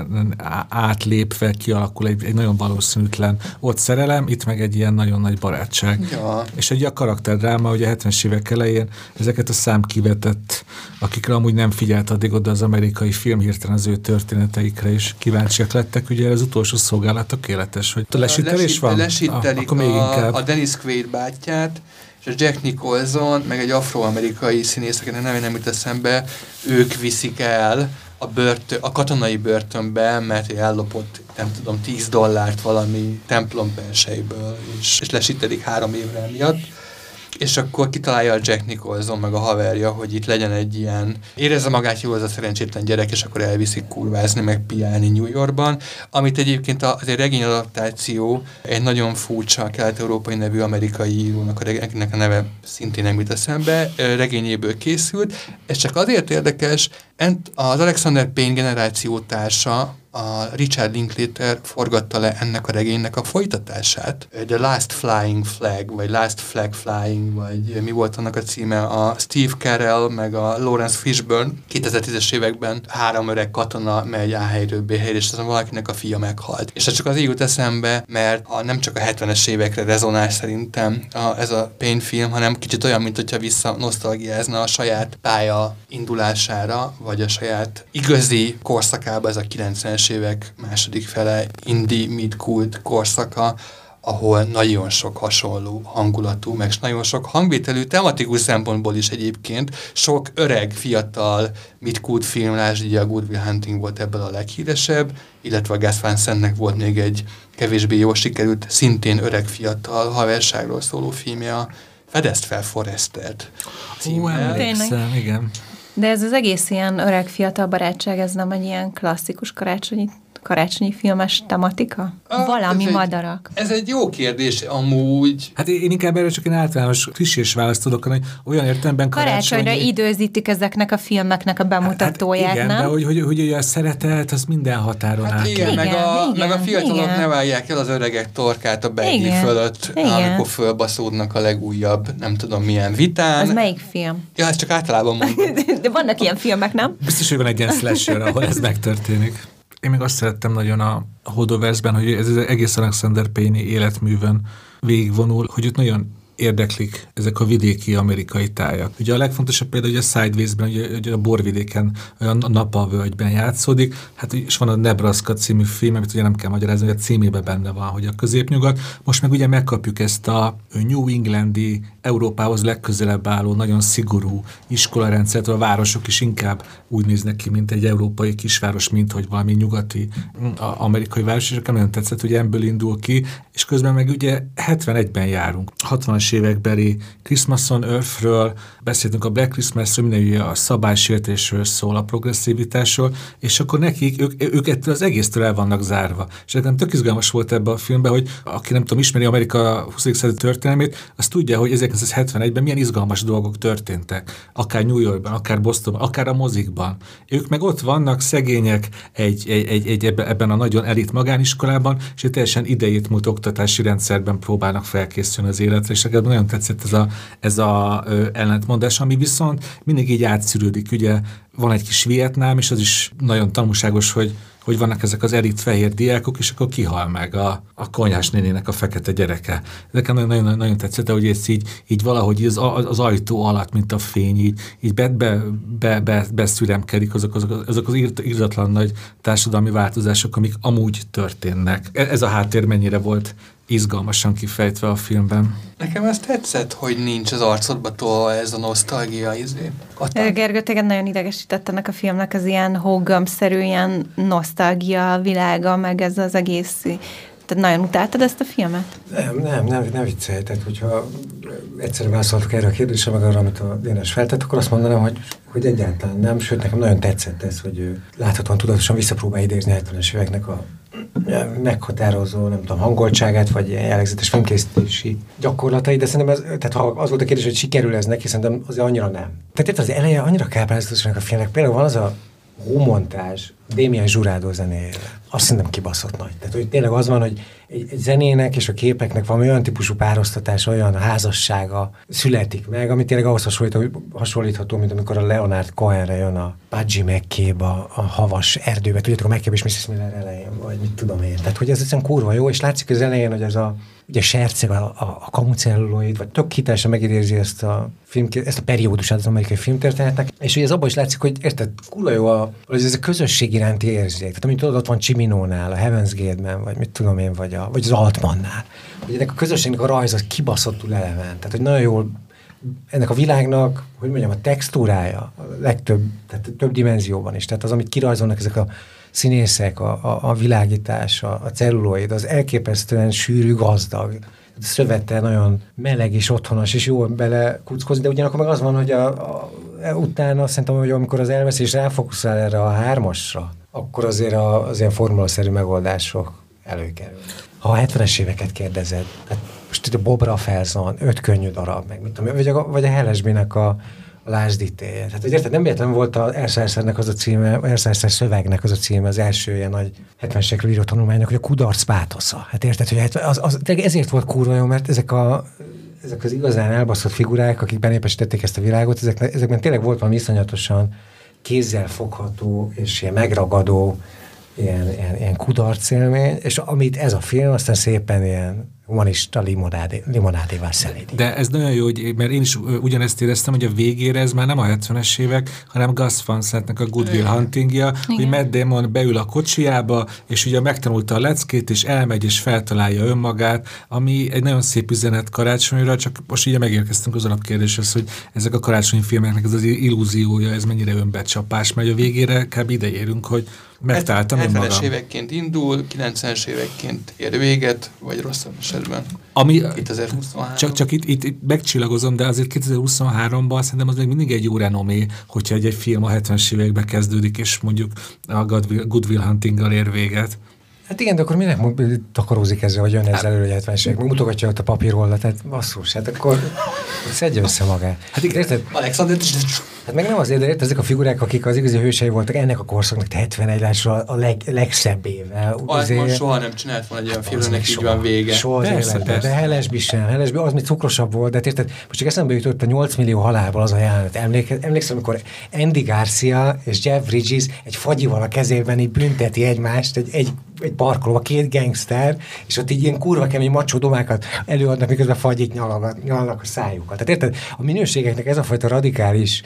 átlépve kialakul egy nagyon valószínűtlen ott szerelem, itt meg egy ilyen nagyon nagy barátság. Ja. És egy a karakterdráma, ugye a 70-es évek elején ezeket a számkivetett, akikre amúgy nem figyelt addig oda az amerikai film, hirtelen az ő történeteikre is kíváncsiak lettek. Ugye az utolsó szolgálat tökéletes, hogy lesítelés van? Lesítelik a Dennis Quaid bátyját, és a Jack Nicholson, meg egy afroamerikai színész, akinek nem jut eszembe, ők viszik el a katonai börtönbe, mert ellopott, nem tudom, $10 valami templom perseiből, és lesítelik 3 évre miatt. És akkor kitalálja a Jack Nicholson meg a haverja, hogy itt legyen egy ilyen, érezze magát jól az a szerencsétlen gyerek, és akkor elviszik kurvázni, meg piálni New Yorkban, amit egyébként azért regényadaptáció egy nagyon furcsa kelet-európai nevű amerikai írónak, akinek a neve szintén nem jut eszembe, regényéből készült. Ez csak azért érdekes, az Alexander Payne generációtársa, a Richard Linklater forgatta le ennek a regénynek a folytatását. The Last Flying Flag, vagy Last Flag Flying, vagy mi volt annak a címe, a Steve Carell, meg a Lawrence Fishburne 2010-es években 3 öreg katona megy A helyről B helyre, és azon valakinek a fia meghalt. És ez csak az jut eszembe, mert nem csak a 70-es évekre rezonál szerintem ez a Payne film, hanem kicsit olyan, mint hogyha vissza nosztalgiázna a saját pálya indulására, vagy a saját igazi korszakába, ez a 90-es évek második fele indie mid-kult korszaka, ahol nagyon sok hasonló hangulatú, meg nagyon sok hangvételű, tematikus szempontból is egyébként, sok öreg, fiatal mid-kult film, lásd, ugye a Good Will Hunting volt ebből a leghíresebb, illetve a Gus Van Santnek volt még egy kevésbé jól sikerült, szintén öreg, fiatal haverságról szóló filmje, a Fedezd fel Forrestert címmel. Igen. De ez az egész ilyen öreg-fiatal barátság, ez nem egy ilyen klasszikus karácsonyi filmes tematika? Valami madarak. Ez egy jó kérdés amúgy. Hát én inkább erre csak egy általános klisés választ tudok, hogy olyan értelemben karácsonyra időzítik ezeknek a filmeknek a bemutatóját, hát igen, nem? De hogy a szeretet, az minden határon át. Igen, meg a fiatalok ne válják el az öregek torkát a begyi fölött, amikor fölbaszódnak a legújabb, nem tudom milyen vitán. Az melyik film? Ja, ezt csak általában mondom. De vannak ilyen filmek, nem? Biztos, hogy van egy ilyen slasher, ahol ez megtörténik. Én még azt szerettem nagyon a Holdovers-ben, hogy ez az egész Alexander Payne életművön végigvonul, hogy ott nagyon érdeklik ezek a vidéki amerikai tájak. Ugye a legfontosabb például, hogy a Sideways-ben, ugye a borvidéken, a Napa völgyben játszódik, hát és van a Nebraska című film, amit ugye nem kell magyarázni, hogy a címében benne van, hogy a középnyugat. Most meg ugye megkapjuk ezt a New Englandi, Európához legközelebb álló, nagyon szigorú iskolarendszert, a városok is inkább úgy néznek ki, mint egy európai kisváros, mint hogy valami nyugati amerikai város, és nekem nagyon tetszett, hogy ebből indul ki, és közben meg ugye 71-ben járunk. 60-as évekbeli Christmas on Earth-ről, beszéltünk a Black Christmas-ről, minden a szabálysértésről szól, a progresszivitásról, és akkor nekik, ők ettől az egésztől el vannak zárva. És nekem tök izgalmas volt ebben a filmben, hogy aki nem tudom, ismeri Amerika 20. századi történelmét, az tudja, hogy 1971-ben milyen izgalmas dolgok történtek. Akár New Yorkban, akár Bostonban, akár a mozikban. Ők meg ott vannak, szegények ebben a nagyon elit magániskolában, és egy teljesen idejét múlt oktatási rendszerben próbálnak felkészülni az életre, és nekem nagyon tetszett ez a ellentmondás, ami viszont mindig így átszűrődik. Ugye van egy kis Vietnám, és az is nagyon tanulságos, hogy vannak ezek az elit fehér diákok, és akkor kihal meg a konyhás nénének a fekete gyereke. Nekem nagyon tetszett, hogy ez így valahogy az ajtó alatt, mint a fény, így beszüremkedik azok az irdatlan nagy társadalmi változások, amik amúgy történnek. Ez a háttér mennyire volt izgalmasan kifejtve a filmben. Nekem ezt tetszett, hogy nincs az arcodba tolva ez a nosztalgia izé. Gergő, téged nagyon idegesített ennek a filmnek az ilyen hógömbszerű, ilyen nosztalgia világa, meg ez az egész. Tehát nagyon utáltad ezt a filmet? Nem viccelj. Tehát, hogyha egyszerűen válaszoltuk erre a kérdésre, meg arra, amit a Dénes feltett, akkor azt mondanám, hogy egyáltalán nem. Sőt, nekem nagyon tetszett ez, hogy ő láthatóan tudatosan visszapróbál idézni 70-es éveknek a meghatározó, nem tudom, hangoltságát, vagy ilyen jellegzetes filmkészítési gyakorlatai, de szerintem tehát ha az volt a kérdés, hogy sikerül ez neki, szerintem azért annyira nem. Tehát itt az eleje annyira káprázatosan a filmnek. Például van az a hómontázs Damien Jurado zenéjére. Azt szerintem kibaszott nagy. Tehát, hogy tényleg az van, hogy egy zenének és a képeknek valami olyan típusú párosztatás, olyan házassága születik meg, ami tényleg ahhoz hasonlítható, mint amikor a Leonard Cohenre jön a Budgie McCabe a havas erdőbe. Tudjátok, a McCabe és Mrs. Miller elején, vagy mit tudom én. Tehát, hogy ez egyszerűen kurva jó, és látszik az elején, hogy ez ugye serceg, a kamucelluloid, vagy tök hitelesen megidézi ezt a periódusát az amerikai filmtörténetnek, és ugye ez abban is látszik, hogy érted, kurva jó hogy ez a közösség iránti érzék. Tehát amit tudod, ott van Csiminónál, a Heaven's Gate-ben, vagy mit tudom én, vagy az Altmannál. Hogy ennek a közösségnek a rajz az kibaszottul eleven. Tehát, hogy nagyon jól ennek a világnak, hogy mondjam, a textúrája, a legtöbb, tehát több dimenzióban is. Tehát az, amit kirajzolnak ezek a színészek, a világítás, a celluloid, az elképesztően sűrű, gazdag. A szövete nagyon meleg és otthonos, és jól belekuckozik, de ugyanakkor meg az van, hogy utána szerintem, hogy amikor az elveszés ráfokuszál erre a 3-asra, akkor azért az ilyen formulaszerű megoldások előkerülnek. Ha a 70-es éveket kérdezed, tehát most itt a Bob Rafelson, 5 könnyű darab, meg mit tudom, vagy a Hellesbynek a Lásd ítéje. Tehát, hogy érted, nem véletlen volt a Erszászernek az a címe, Erszászer szövegnek az a címe, az első ilyen nagy 70-es évekről író tanulmánynak, hogy a kudarc pátosza. Hát érted, hogy ezért volt kurva jó, mert ezek az igazán elbaszott figurák, akik benépesítették ezt a világot, ezekben tényleg volt valami iszonyatosan kézzel fogható és ilyen megragadó ilyen kudarcélmény, és amit ez a film aztán szépen ilyen humanista limonádéval szelíti. De ez nagyon jó, mert én is ugyanezt éreztem, hogy a végére ez már nem a 70-es évek, hanem Gus Van Santnek a Good Will Huntingja, hogy Matt Damon beül a kocsijába, és ugye megtanulta a leckét, és elmegy, és feltalálja önmagát, ami egy nagyon szép üzenet karácsonyra, csak most ugye megérkeztünk az alapkérdéshez, hogy ezek a karácsonyi filmeknek ez az illúziója, ez mennyire önbecsapás, mert a végére kb. Ide érünk, hogy megtaláltam önmagam. 70-es évekként indul, 90-es évekként ér véget, vagy rosszabb esetben. 2023. Csak itt megcsillagozom, de azért 2023-ban szerintem az még mindig egy jó renomé, hogyha egy film a 70-es években kezdődik, és mondjuk a Good Will Huntinggal ér véget. Hát igen, de akkor minek takarózik ezzel, vagy jön ezzel elő, hogy 70-ség? Mutogatja ott a papírrollat, tehát basszus, hát akkor szedje össze magát. Hát igen, érted? Alexander... Hát meg nem azért, de érted, ezek a figurák, akik az igazi hősei voltak ennek a korszaknak, 71-ásra a legszebb éve. Azért soha nem csinált volna egy olyan filmnek, így van vége. Soha az életben, de Helesby sem. Helesby az még cukrosabb volt, de érted, most csak eszembe jutott a 8 millió halálból az a jelenet. Emlékszem, amikor Andy Garcia és Jeff Bridges egy fagyival a kezében így bünteti egymást, egy parkolóba, két gangster, és ott így ilyen kurva kemény macsó domákat előadnak, miközben fagyit nyalnak a szájukat. Tehát érted, a minőségeknek ez a fajta radikális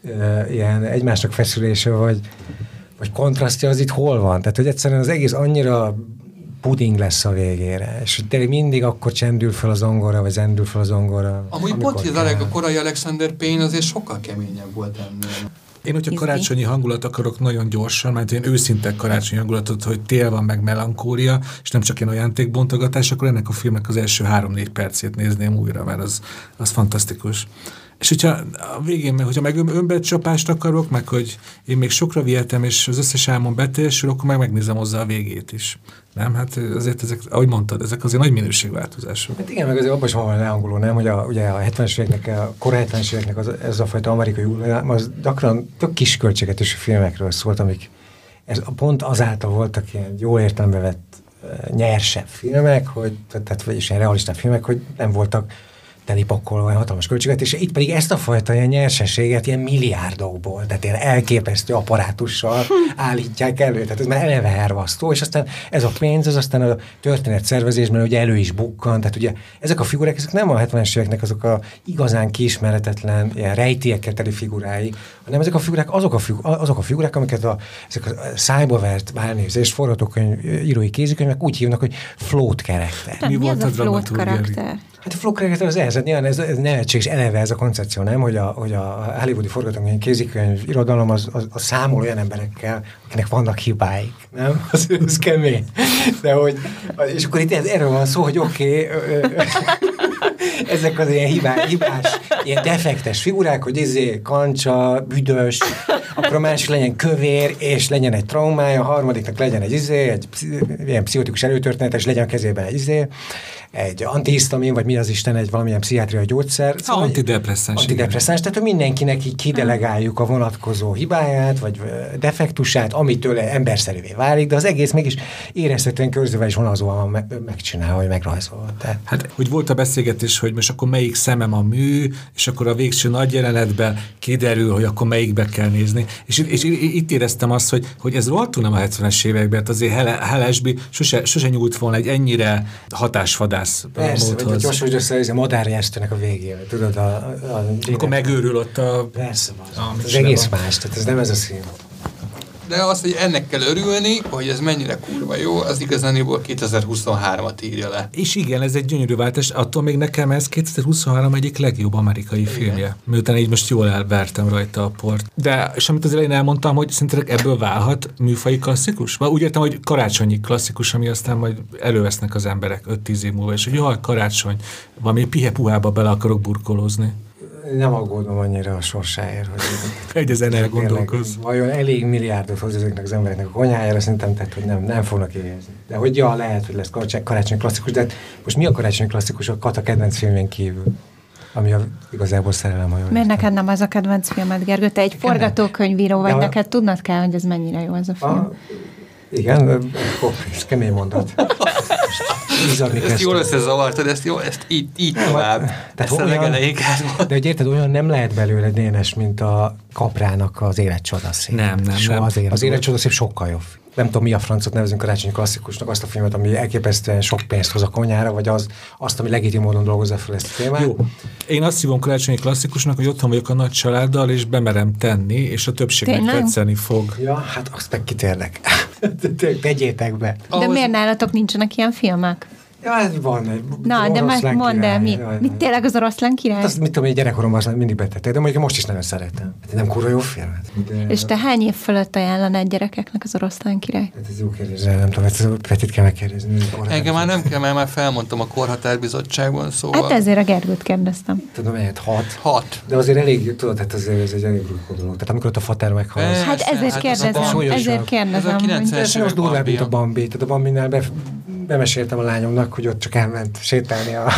ilyen egymásnak feszülése, vagy kontrasztja, az itt hol van? Tehát, hogy egyszerűen az egész annyira puding lesz a végére, és hogy tényleg mindig akkor csendül fel a zongora, vagy zendül fel a zongora. Amúgy pont, hogy a korai Alexander Payne azért sokkal keményebb volt ennél. Én, hogyha karácsonyi hangulat akarok nagyon gyorsan, mert én őszinte karácsonyi hangulatot, hogy tél van meg melankólia, és nem csak ilyen ajándékbontogatás, akkor ennek a filmnek az első 3-4 percét nézném újra, mert az fantasztikus. És hogyha a végén, hogyha meg önbecsapást akarok, meg hogy én még sokra vihetem, és az összes álmom beteljesül, akkor meg megnézem hozzá a végét is. Nem? Hát azért ezek, ahogy mondtad, ezek azért nagy minőségváltozások. Hát igen, meg azért abban is van valami leangoló, nem? Hogy ugye a 70-es éveknek, a korai 70-es éveknek ez a fajta amerikai hullám, az gyakran tök kis költségvetésű filmekről szólt, amik pont azáltal voltak ilyen jó értelembe vett nyersebb filmek, vagyis ilyen realistább filmek, hogy nem voltak telipakolva olyan hatalmas költségvetés, és itt pedig ezt a fajta ilyen nyersességet ilyen milliárdokból, tehát ilyen elképesztő apparátussal állítják elő, tehát ez már eleve hervasztó, és aztán ez a pénz, az aztán a történet szervezésben ugye elő is bukkan, tehát ugye ezek a figurák, ezek nem a 70-es éveknek azok a igazán kiismeretetlen, ilyen rejtélyekkel teli figurái, hanem ezek a figurák azok a figurák, amiket ezek a szájba vert bálnézést, forgatókönyv, írói kézikönyvek úgy hívnak, hogy float karakter. Mi volt a float karakter? Hát a float karakter az ez nevetséges eleve ez a koncepció, nem? Hogy a hollywoodi forgatókönyv, kézikönyv, irodalom az számol olyan emberekkel, akinek vannak hibáik, nem? Az kemény. De hogy, és akkor itt erről van szó, hogy oké, ezek az ilyen hibás, ilyen defektes figurák, hogy kancsa, büdös, akkor a másik legyen kövér, és legyen egy traumája, a harmadiknak legyen egy ilyen pszichotikus előtörténet, és legyen a kezében egy antihisztamin, vagy mi az Isten, egy valamilyen pszichiátriai gyógyszer. Szóval antidepresszáns. Tehát, hogy mindenkinek így kidelegáljuk a vonatkozó hibáját, vagy defektusát, amitől emberszerűvé válik, de az egész mégis érezhetően körzővel is vonalazóan megcsinálva, vagy megrajzolva. Hát, hogy volt a beszélgetés, hogy most akkor melyik szemem a mű, és akkor a végső nagy jelenetben kiderül, hogy akkor melyikbe kell nézni. És itt éreztem azt, hogy ez rohadtul nem a 70-es években, azért Helesby sose nyúlt volna egy ennyire hatásvadász. Persze, vagy gyorsan, hogy össze a madárjesztőnek a végén, tudod, akkor megőrül ott a... Persze, az egész más, tehát ez nem ez a szín. De az, hogy ennek kell örülni, hogy ez mennyire kurva jó, az igazániból 2023-at írja le. És igen, ez egy gyönyörű váltás, attól még nekem ez 2023 egyik legjobb amerikai filmje. Miután így most jól elvertem rajta a port. De, és amit az elején elmondtam, hogy szerintetek ebből válhat műfai klasszikus? Úgy értem, hogy karácsonyi klasszikus, ami aztán majd elővesznek az emberek 5-10 év múlva, és hogy jaj, karácsony, valami pihe-puhába bele akarok burkolózni. Nem aggódom annyira a sorsáért, hogy... Egy ezen elgondolkoz. Vajon elég milliárdot hoz ezeknek az embereknek a konyhájára, szerintem, tehát, hogy nem fognak érezni. De hogy lehet, hogy lesz karácsony klasszikus, de most mi a karácsony klasszikus a Kata kedvenc filmjén kívül? Ami igazából szerelem, ha jól Miért neked nem az a kedvenc filmed, Gergő? Te egy forgatókönyvíró vagy, neked tudnod kell, hogy ez mennyire jó az a film. Igen, ez kemény mondat. Ezt jól összezavartad, ezt így tovább. Ezt a legelején kell. De hogy érted, olyan nem lehet belőle Dénes, mint a Kaprának az Életcsodaszép. Nem. Az Életcsodaszép sokkal jobb. Nem tudom, mi a francot nevezünk karácsonyi klasszikusnak, azt a filmet, ami elképesztően sok pénzt hoz a konyhára, vagy azt, ami legitim módon dolgozza fel ezt a témát. Jó. Én azt hívom karácsonyi klasszikusnak, hogy otthon vagyok a nagy családdal, és bemerem tenni, és a többségnek tetszeni fog. Ja, hát azt meg kit érdekel. Tegyétek be. De miért nálatok nincsenek ilyen filmek? Ja, ez van egy. Na, de meg mondd el, mit tényleg az Oroszlán király? Hát azt, mit tudom, hogy gyerekkoromban mindig betették, de mondjuk most is nagyon szeretem. Hát nem kurva jó film. De... És te hány év fölött ajánlanád gyerekeknek az Oroszlán király? Hát ez jó kérdés, nem tudom, ezt Petit kell megkérdezni. Engem már nem kell, mert már felmondtam a Korhatárbizottságban, szóval... Hát ezért a Gergőt kérdeztem. Tudom, mert 6. 6. De azért elég, tudod, hát azért ez egy elég brutkó dolog. Tehát amikor ott a fater meghal. Hát ezért kérdezem, Ez a 90-es évek durvább, mint a Bambi. Tehát a Bambinál bemeséltem a lányomnak, hogy ott csak elment sétálni a...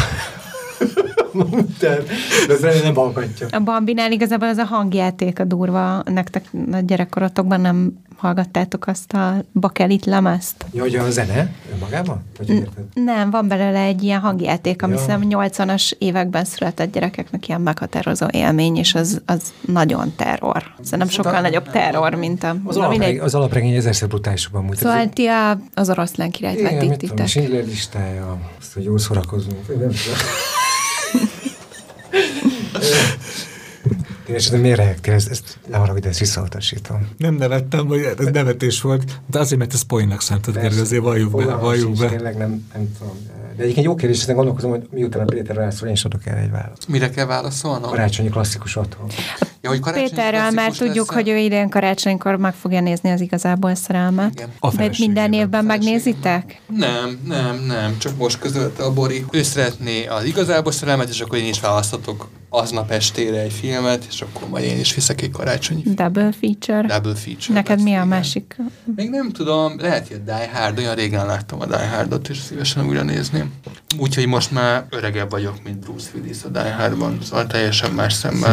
de ez nem hallgatja. A Bambinál igazából az a hangjáték a durva. Nektek a gyerekkorotokban nem hallgattátok azt a bakelit lemezt? Ja, hogy a zene önmagában? Nem, van belőle egy ilyen hangjáték, ami szerintem 80-as években született gyerekeknek ilyen meghatározó élmény, és az nagyon terror. Szerintem sokkal nagyobb terror, mint a... Az alapregény ezerszer brutálisabban múlt. Szóval ti az Oroszlán királyt vetítitek. Schindler listája, azt, hogy jól szórakozunk. Én esetben miért reagtél? Ezt leharagod, ezt visszautasítom. Nem nevettem, vagy ez nevetés volt, de azért, mert ez poénnak szántad, Gergő, azért valljuk be. Tényleg nem tudom. De egyébként jó kérdés, ezen gondolkozom, hogy miután a Péter válaszol, én is adok erre egy választ. Mire kell válaszolnom? Karácsonyi klasszikus otthon. Ja, hogy Péterrel már tudjuk, hogy ő idén karácsonykor meg fogja nézni az Igazából szerelmet. Mert minden évben megnézitek? Nem. Csak most közölte a Bori. Ő szeretné az Igazából szerelmet, és akkor én is választatok aznap estére egy filmet, és akkor majd én is viszek egy karácsonyi filmet. Double feature. Neked mi a másik? Még nem tudom, lehet, hogy a Die Hard, olyan régen láttam a Die Hardot, és szívesen újra nézném. Úgyhogy most már öregebb vagyok, mint Bruce Willis a Die Hardban, szóval teljesen más szemmel.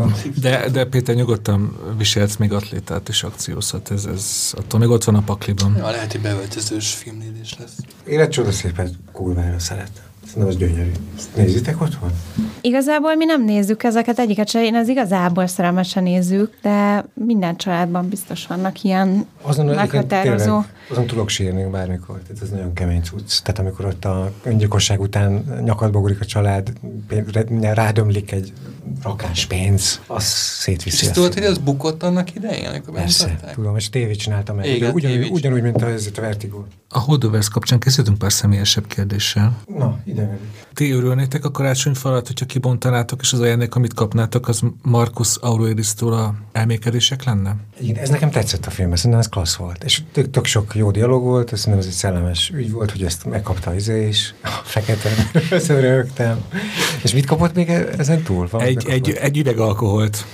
De Péter, nyugodtan viselhetsz még atlétát és akciózhat, ez attól még ott van a pakliban. Ja, lehet, hogy beöltözős filmnézés lesz. Én egy csodaszépet kurvára szeretem. Szerintem az gyönyörű. Nézitek otthon? Igazából mi nem nézzük ezeket egyiket se, én az Igazából szerelmet se nézzük, de minden családban biztos vannak ilyen meghatározó. Azon tudok sírni bármikor, tehát ez nagyon kemény cucc. Tehát amikor ott a öngyilkosság után nyakadba ugrik a család, rádömlik egy rakás pénz, az szétviszi. És tudod, hogy az bukott annak idején? Persze, tudom, és tévét csináltam meg. Ugyanúgy, mint a Vertigo. A Holdovers kapcsán készítünk pár személyesebb kérdéssel. Na, ide Ti örülnétek a karácsonyfalat, hogyha kibontanátok, és az ajándék, amit kapnátok, az Marcus Aureliustól a elmékedések lenne? Igen, ez nekem tetszett a filmben, szerintem ez klassz volt. És tök sok jó dialóg volt, ez szerintem ez egy szellemes ügy volt, hogy ezt megkapta az is. A fekete, ezzel rögtem. És mit kapott még ezen túl? Egy üveg alkoholt.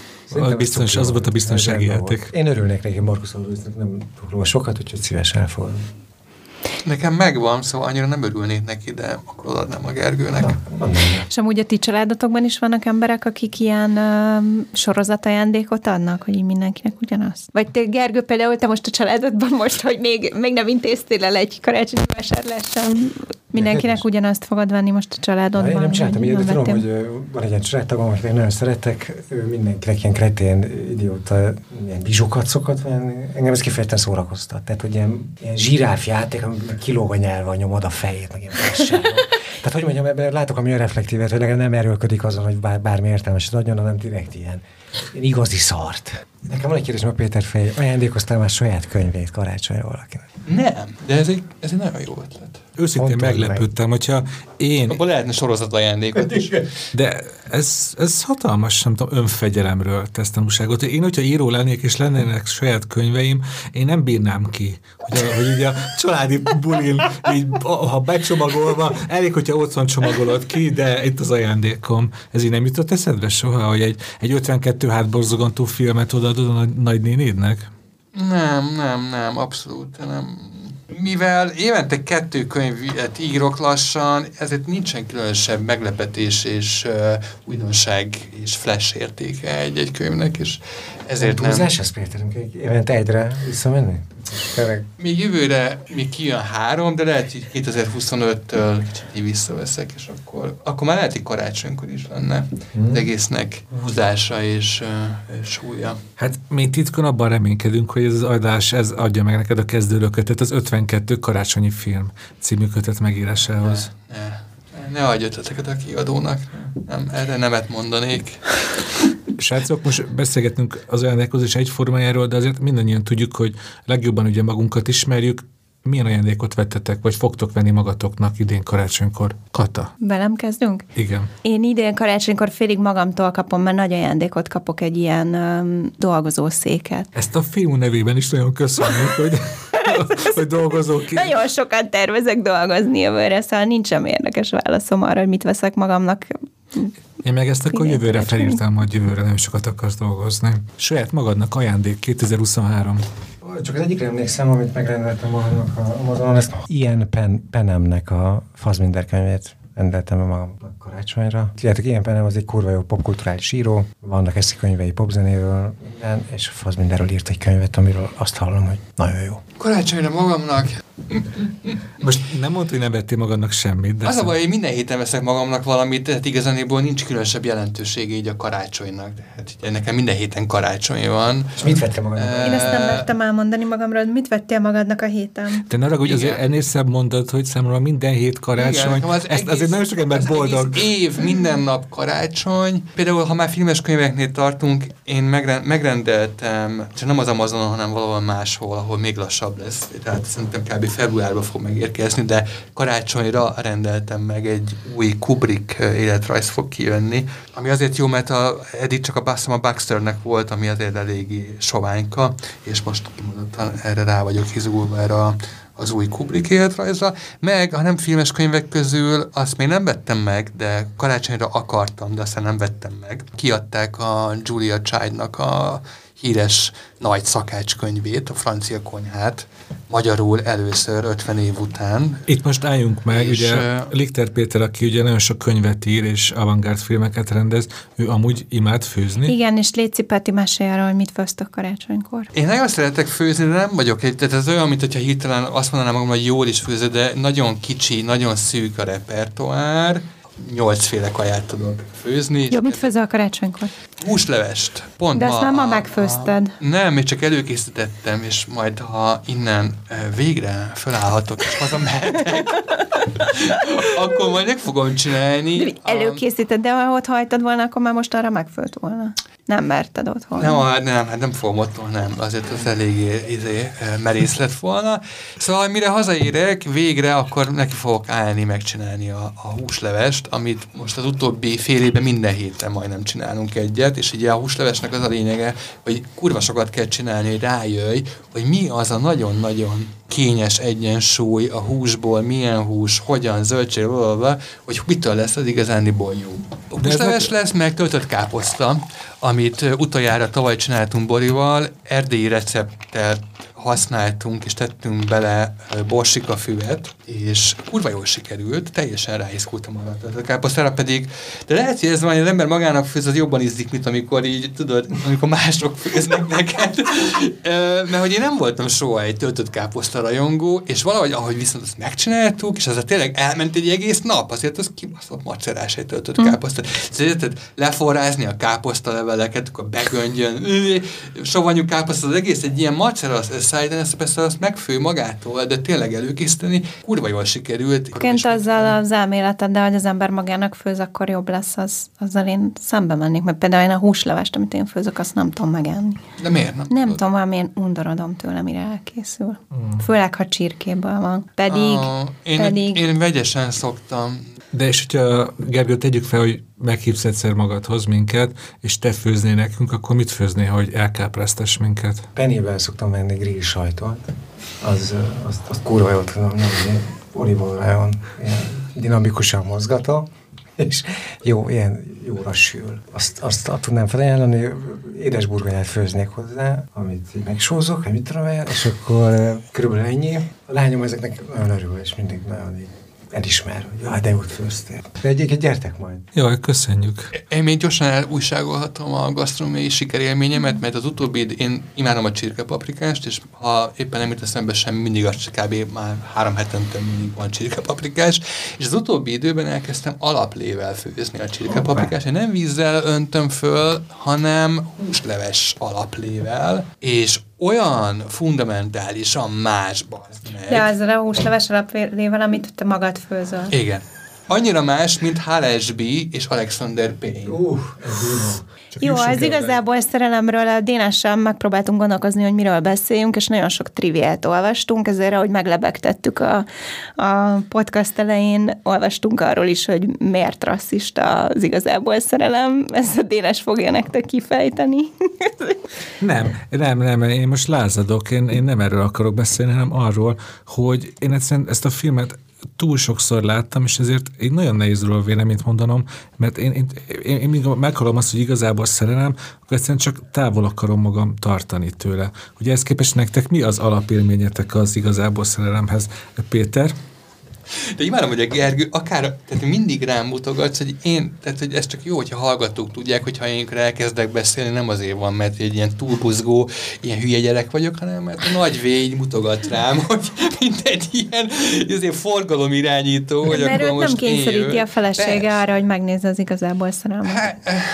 Az volt a biztonsági játék. Én örülnék neki Marcus Aureliusnak, nem tudok sokat, úgyhogy szívesen elfogadom. Nekem megvan, szóval annyira nem örülnék neki, de akkor adnám a Gergőnek. És amúgy a ti családotokban is vannak emberek, akik ilyen sorozatajándékot adnak, hogy így mindenkinek ugyanaz? Vagy te, Gergő, például te most a családodban most, hogy még nem intéztél el egy karácsonyi vásárlást sem, mindenkinek ugyanazt fogod venni most a családodban? Én nem csináltam ilyet, de tudom, hogy van egy ilyen családtagom, amit én nagyon szeretek, mindenkinek ilyen kretén, idióta, ilyen bizsokat szokott venni. Engem ez kifejezetten szórakoztat. Tehát, hogy ilyen zsiráfjáték, kilóg a nyelve, nyomod a fejét, meg ilyen felsáró. Tehát, hogy mondjam, ebben látok a milyen reflektívet, hogy legalább nem erőlködik azon, hogy bármi értelmeset adjon, hanem direkt ilyen igazi szart. Nekem van egy kérdés, mert Péter Fej, ajándékoztál már saját könyvét karácsonyra valakinek? Nem, de ez egy nagyon jó ötlet. Őszintén meglepődtem, hogyha én... Abban lehetne sorozat ajándékot is. De ez hatalmas, nem tudom, önfegyelemről tesz tanúságot. Én, hogyha író lennék, és lennének saját könyveim, én nem bírnám ki, hogy így a családi bulin, így, ha becsomagolva, elég, hogyha ott van csomagolod ki, de itt az ajándékom. Ez így nem jutott eszedbe soha, hogy egy 52 hátborzogantó filmet odaadod a nagynénédnek? Nem, abszolút nem. Mivel évente 2 könyvet írok lassan, ezért nincsen különösebb meglepetés és újdonság és flash értéke egy könyvnek, és ezért nem... Túlzás ez, Péter, évente egyre visszamenni? Még jövőre még kijön 3, de lehet, hogy 2025-től kicsit visszaveszek, és akkor már lehet, hogy karácsonykor is lenne az egésznek húzása és súlya. Hát mi titkon abban reménykedünk, hogy ez az adás ez adja meg neked a kezdőlökötet az 52 karácsonyi film című kötet megírásához. Ne adj ötleteket a kiadónak. Nem, erre nemet mondanék. Srácok, most beszélgetünk az ajándékozás egy formájáról, de azért mindannyian tudjuk, hogy legjobban ugye magunkat ismerjük, milyen ajándékot vettetek, vagy fogtok venni magatoknak idén karácsonykor? Kata? Velem kezdünk? Igen. Én idén karácsonykor félig magamtól kapom, mert nagy ajándékot kapok, egy ilyen dolgozószéket. Ezt a film nevében is nagyon köszönjük, hogy dolgozok ki. Nagyon sokat tervezek dolgozni jövőre, szóval nincs sem érdekes válaszom arra, hogy mit veszek magamnak. Én meg ezt akkor jövőre felírtam, hogy jövőre nem sokat akarsz dolgozni. Saját magadnak ajándék 2023. Csak az egyikre emlékszem, amit megrendeltem magamnak a Amazonon, ezt ilyen Penemnek a Fassbinder könyvét rendeltem be magamnak karácsonyra. Tudjátok, ilyen Penem az egy kurva jó popkulturális író, vannak eszi könyvei popzenéről, minden, és Fassbinderről írt egy könyvet, amiről azt hallom, hogy nagyon jó. Karácsonyra magamnak. Most nem mondta, hogy ne vettél magadnak semmit, de... Az a baj, hogy minden héten veszek magamnak valamit, tehát igazániból nincs különösebb jelentősége így a karácsonynak. Tehát ugye nekem minden héten karácsony van. És mit vettél magadnak? Én ezt nem mertem elmondani magamról, mit vettél magadnak a héten? Te ne ragudj, azért ennél szebb mondod, hogy számomra minden hét karácsony. Igen, azért nagyon sok ember boldog. Az év, minden nap karácsony. Például, ha már filmes könyveknél tartunk, én megrendeltem, csak nem az Amazonon, hanem valahol máshol, ahol még lassabb lesz. Tehát szerintem kb. Februárban fog megérkezni, de karácsonyra rendeltem meg egy új Kubrick életrajz fog kijönni, ami azért jó, mert eddig csak a Baxternek volt, ami azért eléggé soványka, és most kimondottan erre rá vagyok izgulva erre az új Kubrick életrajzra, meg ha nem filmes könyvek közül, azt még nem vettem meg, de karácsonyra akartam, de aztán nem vettem meg. Kiadták a Julia Childnak a híres nagy szakácskönyvét, a francia konyhát, magyarul először 50 év után. Itt most álljunk meg, ugye Lichter Péter, aki ugye nagyon sok könyvet ír és avantgárd filmeket rendez, ő amúgy imád főzni. Igen, és Léci Peti mesélj arról, hogy mit főztök karácsonykor. Én nagyon szeretek főzni, de nem vagyok egy, tehát ez olyan, mint hogyha hirtelen azt mondanám magam, hogy jól is főzök, de nagyon kicsi, nagyon szűk a repertoár. 8 féle kaját tudok főzni. Jó, mit főzöl a karácsonykor? Húslevest. Pont de azt ma megfőzted. Nem, én csak előkészítettem, és majd ha innen végre felállhatok, és hazamehetek, akkor majd meg fogom csinálni. De előkészíted, de ha ott hajtad volna, akkor már most arra megfőtt volna. Nem merted otthon. Nem fogom otthon, nem. Azért az eléggé merész lett volna. Szóval, mire hazaérek, végre akkor neki fogok állni megcsinálni a húslevest, amit most az utóbbi fél évben minden héten majdnem csinálunk egyet, és ugye a húslevesnek az a lényege, hogy kurva sokat kell csinálni, hogy rájöjj, hogy mi az a nagyon-nagyon kényes egyensúly a húsból, milyen hús, hogyan, zöldség, hogy mitől lesz az igazániból jó. A húsleves lesz, meg töltött káposzta, amit utoljára tavaly csináltunk Borival, erdélyi recepttel használtunk, és tettünk bele borsikafüvet, és kurva jól sikerült, teljesen ráiszkultam arra a káposztára, pedig, de lehet, hogy ez van, hogy az ember magának főz, az jobban ízlik, mint amikor így, tudod, amikor mások főznek neked. Mert hogy én nem voltam soha egy töltött káposzta rajongó, és valahogy, ahogy viszont azt megcsináltuk, és az tényleg elment egy egész nap, azért az kibaszott macerás egy töltött káposzta. Szóval leforrázni a káposztaleveleket, akkor begöngyön, savanyú káposzta, az egész egy ilyen macera szállítani, ezt persze azt megfő magától, de tényleg előkészíteni, kurva jól sikerült. Ként azzal az elméleted, de hogy az ember magának főz, akkor jobb lesz, azzal én szembe mennék, mert például én a húslevest, amit én főzök, azt nem tudom megenni. De miért nem? Nem tudom, valamilyen undorodom tőle, mire elkészül. Főleg, ha csirkéből van. Pedig... Én vegyesen szoktam. De és hogyha, Gergő, tegyük fel, hogy meghívsz egyszer magadhoz minket, és te főznél nekünk, akkor mit főznél, hogy elkápráztass minket? Pennyben szoktam venni grill sajtot. Azt kurva jól tudom nyomni. Olívaolajón ilyen dinamikusan mozgatom, és ilyen jóra sül. Azt tudnám felajánlani, édes burgonyát főznék hozzá, amit megsózok, vagy mit tudom én, és akkor körülbelül ennyi. A lányom ezeknek nagyon örül, és mindig nagyon így elismer, hogy jaj, de jót főztél. De egyébként gyertek majd. Jaj, köszönjük. Én még gyorsan elújságolhatom a gasztronómiai sikerélményemet, mert az utóbbi, én imádom a csirkepaprikást, és ha éppen nem jut eszembe semmi, mindig az kb. Már 3 hetente mindig van csirkepaprikás, és az utóbbi időben elkezdtem alaplével főzni a csirkepaprikást. Én nem vízzel öntöm föl, hanem húsleves alaplével, és olyan fundamentálisan más, bazd meg. Ja, ezzel a húsleves alaplével, amit te magad főzöl. Igen. Annyira más, mint HLSB és Alexander Payne. Jó, az igazából szerelemről a Dénessel megpróbáltunk gondolkozni, hogy miről beszéljünk, és nagyon sok triviát olvastunk, ezért, ahogy meglebegtettük a podcast elején, olvastunk arról is, hogy miért rasszista az igazából szerelem. Ezt a Dénes fogja nektek kifejteni. Nem, én most lázadok, én nem erről akarok beszélni, hanem arról, hogy én egyszerűen ezt a filmet túl sokszor láttam, és ezért én nagyon nehéz róla véleményt mondanom, mert én meghallom azt, hogy igazából szerelem, akkor egyszerűen csak távol akarom magam tartani tőle. Ugye ezt képest nektek mi az alapélményetek az igazából szerelemhez? Péter? De imádom, hogy a Gergő tehát mindig rám mutogatsz, hogy tehát ez csak jó, hogyha hallgatók tudják, hogyha én elkezdek beszélni, nem azért van, mert egy ilyen túlbuzgó, ilyen hülye gyerek vagyok, hanem mert a nagy végy mutogat rám, hogy mint egy ilyen azért forgalomirányító, hogy mert akkor most nem kényszeríti a felesége persze. arra, hogy megnézze az igazából szerelmet.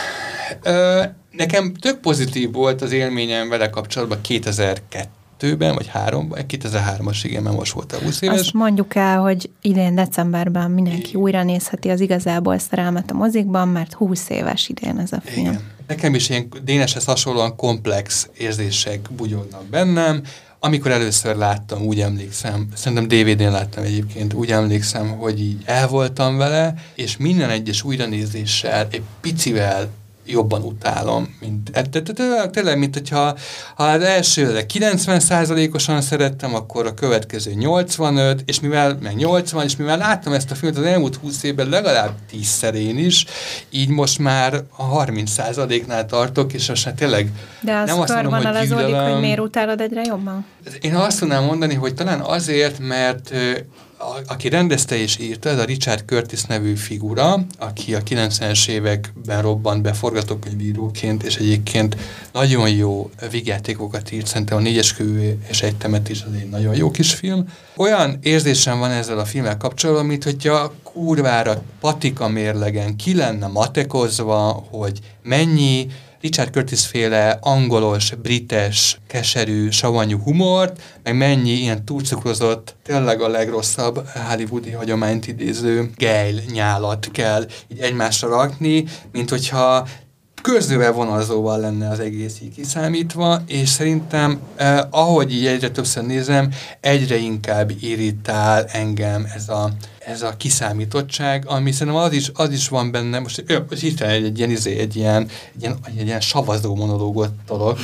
Nekem tök pozitív volt az élményem vele kapcsolatban 2002-ben, vagy 2003-as, igen, mert most volt a 20 éves. Azt mondjuk el, hogy idén decemberben mindenki újra nézheti az igazából szerelmet a mozikban, mert 20 éves idén ez a film. Igen. Nekem is ilyen Déneshez hasonlóan komplex érzések bugyolnak bennem. Amikor először láttam, úgy emlékszem, szerintem DVD-n láttam egyébként, úgy emlékszem, hogy így el voltam vele, és minden egyes újranézéssel egy picivel jobban utálom, tényleg, mint hogyha az elsőre 90%-osan szerettem, akkor a következő 85, és mivel meg 80, és mivel láttam ezt a filmet az elmúlt 20 évben legalább 10-szer én is, így most már a 30%-nál tartok, és most már tényleg de az nem azt mondom, hogy gyűlölöm. hogy miért utálod egyre jobban? Én azt tudnám mondani, hogy talán azért, mert aki rendezte és írta, ez a Richard Curtis nevű figura, aki a 90-es években robbant be forgatókönyvíróként, és egyébként nagyon jó vígjátékokat írt, szerintem a 4-es kövű és egy temetés az egy nagyon jó kis film. Olyan érzésem van ezzel a filmmel kapcsolatban, mint hogyha kurvára patika mérlegen ki lenne matekozva, hogy mennyi Richard Curtis-féle angolos, brites, keserű, savanyú humort, meg mennyi ilyen túlcukrozott, tényleg a legrosszabb hollywoodi hagyományt idéző gejl nyálat kell így egymásra rakni, mint hogyha körzővel vonalzóval lenne az egész így kiszámítva, és szerintem, ahogy így egyre többször nézem, egyre inkább irritál engem ez a kiszámítottság, ami szerintem az is van benne, most hirtelen egy ilyen savazó monológot tolok.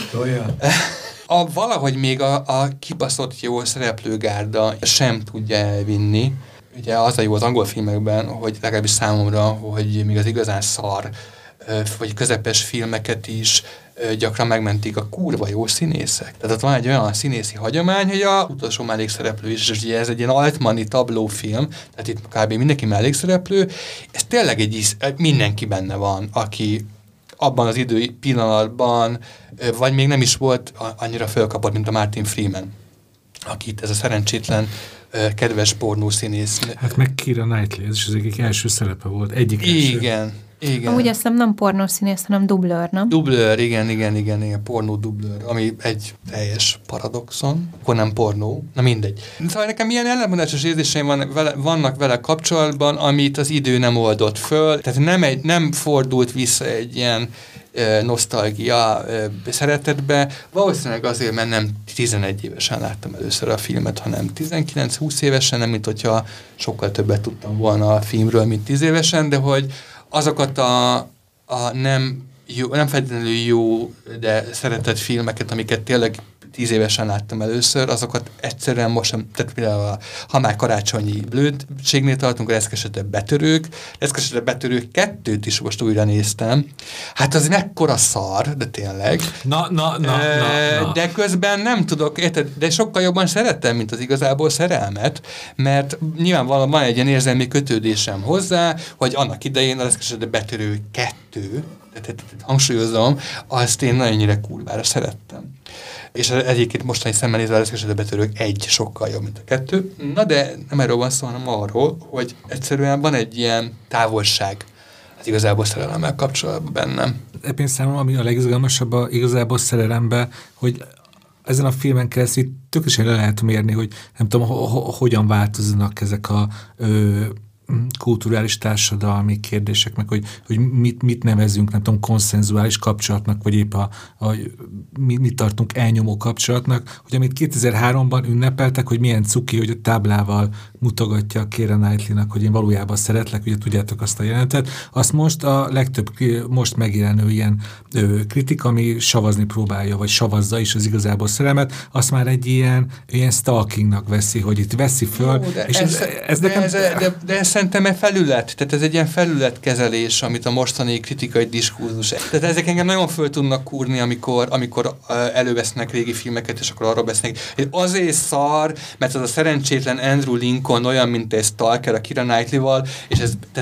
Valahogy még a kibaszott jó szereplőgárda sem tudja elvinni. Ugye az a jó az angol filmekben, hogy legalábbis számomra, hogy még az igazán szar vagy közepes filmeket is gyakran megmentik a kurva jó színészek. Tehát ott van egy olyan színészi hagyomány, hogy a utolsó mellékszereplő is, és ugye ez egy ilyen altmani tablófilm, tehát itt kb. Mindenki mellékszereplő, ez tényleg mindenki benne van, aki abban az idő pillanatban, vagy még nem is volt annyira fölkapott, mint a Martin Freeman, akit ez a szerencsétlen kedves pornószínész. Hát meg Keira Knightley, ez is az egyik első szerepe volt. Igen. Amúgy azt hiszem nem pornószínész, hanem dublőr, nem? Dublőr, igen, pornó dublőr, ami egy teljes paradoxon, akkor nem pornó, na mindegy. Szóval nekem ilyen ellentmondásos érzéseim vannak vele kapcsolatban, amit az idő nem oldott föl, tehát nem fordult vissza egy ilyen nosztalgia szeretetbe, valószínűleg azért, mert nem 11 évesen láttam először a filmet, hanem 19-20 évesen, nem mint hogyha sokkal többet tudtam volna a filmről, mint 10 évesen, de hogy azokat a nem feltétlenül jó, de szeretett filmeket, amiket tényleg 10 évesen láttam először, azokat egyszerűen most sem, tehát például ha már karácsonyi blödségnél tartunk, a Reszkesetebb betörők 2-t is most újra néztem. Hát az mekkora szar, de tényleg. Na. De közben nem tudok, érted, de sokkal jobban szerettem, mint az igazából szerelmet, mert nyilvánvalóan van egy ilyen érzelmi kötődésem hozzá, hogy annak idején a Reszkesetebb betörő 2, tehát hangsúlyozom, azt én nagyon kurvára szerettem. És egyébként mostani szemmel nézve a Reszkesetebb betörők 1 sokkal jobb, mint a 2. Na de nem erről van szó, hanem arról, hogy egyszerűen van egy ilyen távolság az igazából szerelemmel kapcsolatban bennem. Én számomra, ami a legizgalmasabb a igazából szerelemben, hogy ezen a filmen keresztül tökéletesen le lehet mérni, hogy nem tudom, hogyan változnak ezek a kulturális társadalmi kérdések, meg hogy mit nevezünk, nem tudom, konszenzuális kapcsolatnak, vagy épp mit tartunk elnyomó kapcsolatnak, hogy amit 2003-ban ünnepeltek, hogy milyen cuki, hogy a táblával mutogatja a Keira Knightley-nak, hogy én valójában szeretlek, ugye tudjátok azt a jelenetet, azt most a legtöbb most megjelenő ilyen kritika, ami savazni próbálja, vagy savazza is az igazából szerelmet, azt már egy ilyen stalkingnak veszi, hogy itt veszi föl. Jó, és ez nekem... De szerintem egy felület, tehát ez egy ilyen felületkezelés, amit a mostani kritikai diskurzus. Tehát ezek engem nagyon föl tudnak kúrni, amikor elővesznek régi filmeket, és akkor arról beszélnek, hogy azért szar, mert az a szerencsétlen Andrew Lincoln olyan, mint egy stalker a Keira Knightley-val, és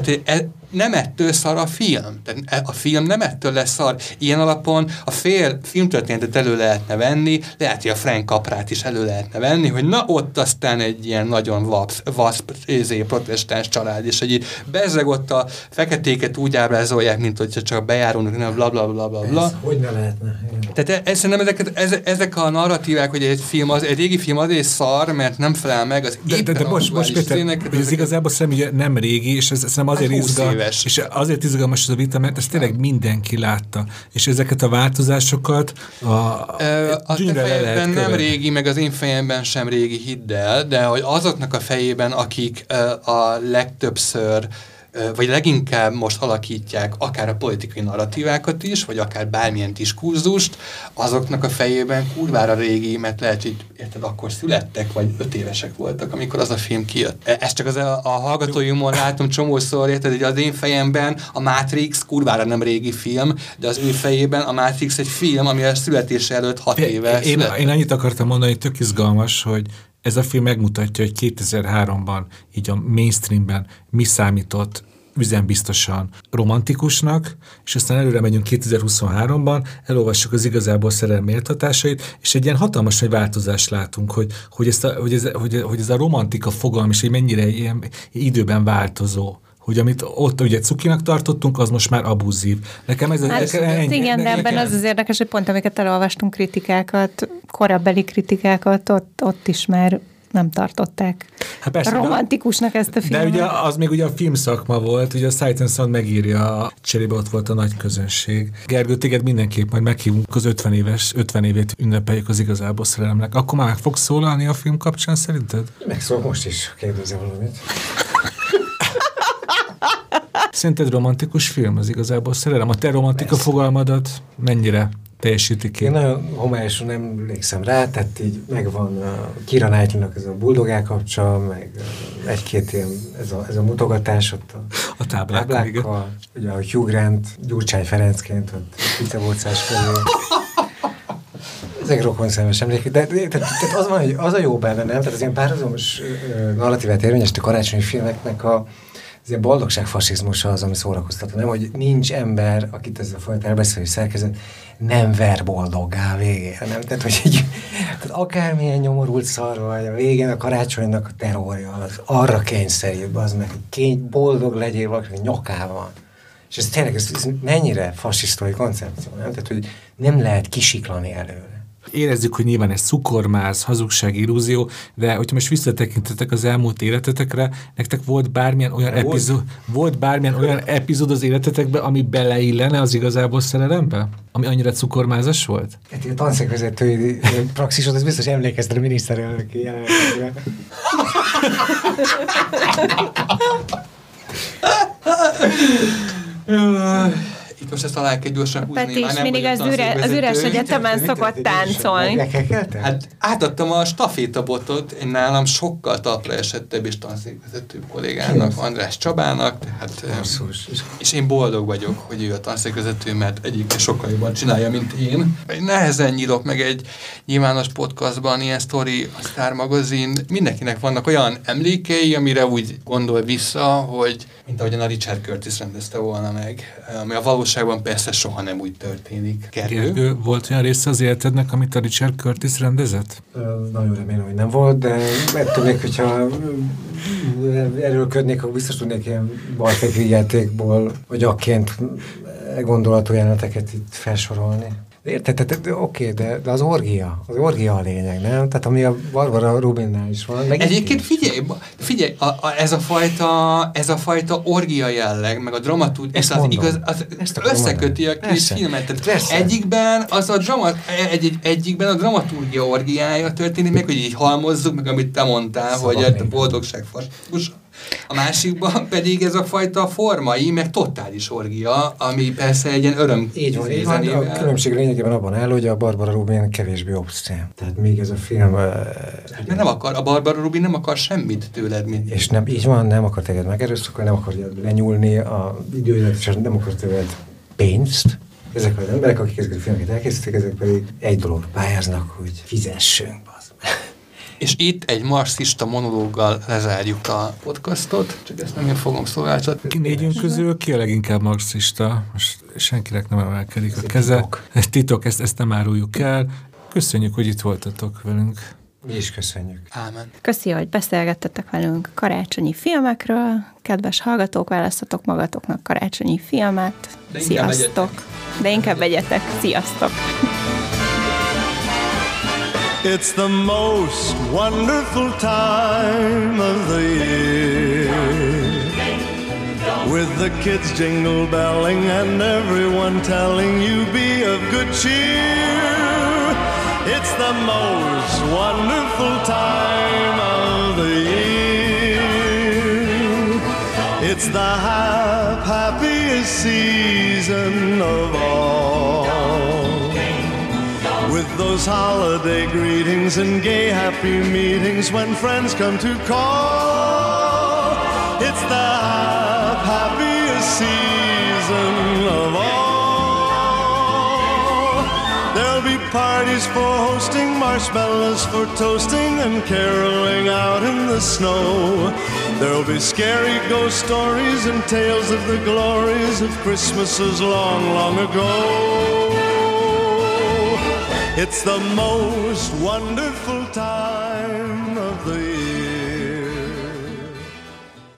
nem ettől szar a film. Tehát a film nem ettől lesz szar. Ilyen alapon a filmtörténetet elő lehetne venni, lehet, hogy a Frank Caprát is elő lehetne venni, hogy na ott aztán egy ilyen nagyon vasp protestáns család, és hogy bezzeg ott a feketéket úgy ábrázolják, mint hogyha csak bejárulnak, bla bla bla bla bla. Hogy ne lehetne? Tehát szerintem ezek a narratívák, hogy egy régi film azért szar, mert nem felel meg az de most Péter, ez igazából szerintem nem régi, és ez nem azért izgalmas. És azért izgalmas ez a vita, mert ezt tényleg mindenki látta. És ezeket a változásokat a te fejében nem régi, meg az én fejemben sem régi, hidd el, de hogy azoknak a fejében, akik a legtöbbször vagy leginkább most alakítják akár a politikai narratívákat is, vagy akár bármilyen diskurzust, azoknak a fejében kurvára régi, mert lehet, hogy érted, akkor születtek, vagy 5 évesek voltak, amikor az a film kijött. Ezt csak a hallgatóimon látom csomószor, érted, hogy az én fejemben a Matrix kurvára nem régi film, de az ő fejében a Matrix egy film, ami a születése előtt 6 éve született. Én annyit akartam mondani, hogy tök izgalmas, hogy ez a film megmutatja, hogy 2003-ban így a mainstreamben mi számított üzenbiztosan romantikusnak, és aztán előre megyünk 2023-ban, elolvassuk az igazából szerelem méltatásait, és egy ilyen hatalmas nagy változást látunk, hogy ez a romantika fogalom is, hogy mennyire ilyen időben változó. Hogy amit ott ugye cukinak tartottunk, az most már abuzív. Nekem ez igen, de ebben az érdekes, hogy pont amiket elolvastunk kritikákat, korábbeli kritikákat, ott is már nem tartották persze, romantikusnak ezt a filmet. De ugye az még ugye a filmszakma volt, ugye a Sight and Sound megírja, cserébe ott volt a nagy közönség. Gergő, téged mindenképp majd meghívunk az 50 évét ünnepeljük az igazából szerelemnek. Akkor már meg fogsz szólalni a film kapcsán szerinted? Megszól most is, kérdezi valamit. Szerinted romantikus film az igazából szerelem? A te romantika fogalmadat mennyire teljesítik ki? Én nagyon homályosan emlékszem rá, tehát így megvan Keira Knightley-nak ez a buldogák kapcsa, meg egy-két ilyen, ez a mutogatás ott a táblákkal. Ugye a Hugh Grant, Gyurcsány Ferencként ott pizzabocás körül. Ezek rokonszenves emlékek, de az van, hogy az a jó benne, nem? Tehát az ilyen párhuzamos narratívát érvényes a karácsonyi filmeknek az ilyen boldogságfasizmusa az, ami szórakoztató, nem? Hogy nincs ember, akit ez a fajta elbeszélő szerkezet nem ver boldoggá a végén, nem? Tehát akármilyen nyomorult szar vagy, a végén a karácsonynak a terrorja, az arra kényszerít, az meg, hogy boldog legyél valakinek nyakában. És ez tényleg, ez mennyire fasisztai koncepció, nem? Tehát, hogy nem lehet kisiklani előle. Érezzük, hogy nyilván ez cukormáz, hazugság, illúzió, de hogyha most visszatekintetek az elmúlt életetekre, nektek volt bármilyen olyan epizód az életetekben, ami beleillene az igazából szerelembe? Ami annyira cukormázas volt? Hát a tanszékvezetői praxisod, ez biztos emlékeztet a miniszterelnöki jelenetükre. Itt most ezt alá kell gyorsan húzni. Peti is mindig az üres egyetemen szokott táncolni. Hát átadtam a stafétabotot egy nálam sokkal talpra esettebb és tanszékvezető kollégának, András Csabának, tehát, és én boldog vagyok, hogy ő a tanszékvezető, mert egyébként sokkal jobban csinálja, mint én. Nehezen nyílok meg egy nyilvános podcastban, ilyen sztori, a Star Magazine, mindenkinek vannak olyan emlékei, amire úgy gondol vissza, hogy mint ahogyan a Richard Curtis rendezte volna meg, ami a valóságban persze soha nem úgy történik. Gergő, volt olyan része az életednek, amit a Richard Curtis rendezett? Nagyon remélem, hogy nem volt, de ettől még, hogyha erőlködnék, akkor biztos tudnék ilyen balfekvi játékból, vagy akként gondolatú jeleneteket itt felsorolni. Érted? Oké, de az orgia a lényeg, nem? Tehát ami a Barbara Rubinnál is van. Egyébként figyelj, ez a fajta orgia jelleg, meg a dramatúr, ez az igaz, az összeköti a két filmet. Egyikben a dramaturgia orgiája történik meg, hogy így halmozzuk, meg amit te mondtál, hogy a boldogság fasizmus. A másikban pedig ez a fajta formai, meg totális orgia, ami persze egy ilyen öröm. Így van, a különbség lényegében abban áll, hogy a Barbara Rubin kevésbé obszcén. Tehát még ez a film... a Barbara Rubin nem akar semmit tőled. És nem, így van, nem akar téged megerőszakolni, nem akar lenyúlni a időt, és nem akar tőled pénzt. Ezek az emberek, akik ezeket a filmeket elkészítik, ezek pedig egy dologra pályáznak, hogy fizessünk. És itt egy marxista monológgal lezárjuk a podcastot, csak ezt nem én fogom szolgáltatni. Négyünk közül ki a leginkább marxista? Most senkinek nem emelkedik a keze. Ez titok, ezt nem áruljuk el. Köszönjük, hogy itt voltatok velünk. Mi is köszönjük. Ámen. Köszi, hogy beszélgettetek velünk karácsonyi filmekről. Kedves hallgatók, választatok magatoknak karácsonyi filmet. Sziasztok! De inkább vegyetek. Sziasztok! It's the most wonderful time of the year, with the kids jingle belling and everyone telling you be of good cheer. It's the most wonderful time of the year. It's the happiest season of all, with those holiday greetings and gay happy meetings when friends come to call. It's the happiest season of all. There'll be parties for hosting, marshmallows for toasting, and caroling out in the snow. There'll be scary ghost stories and tales of the glories of Christmases long, long ago. It's the most wonderful time of the year.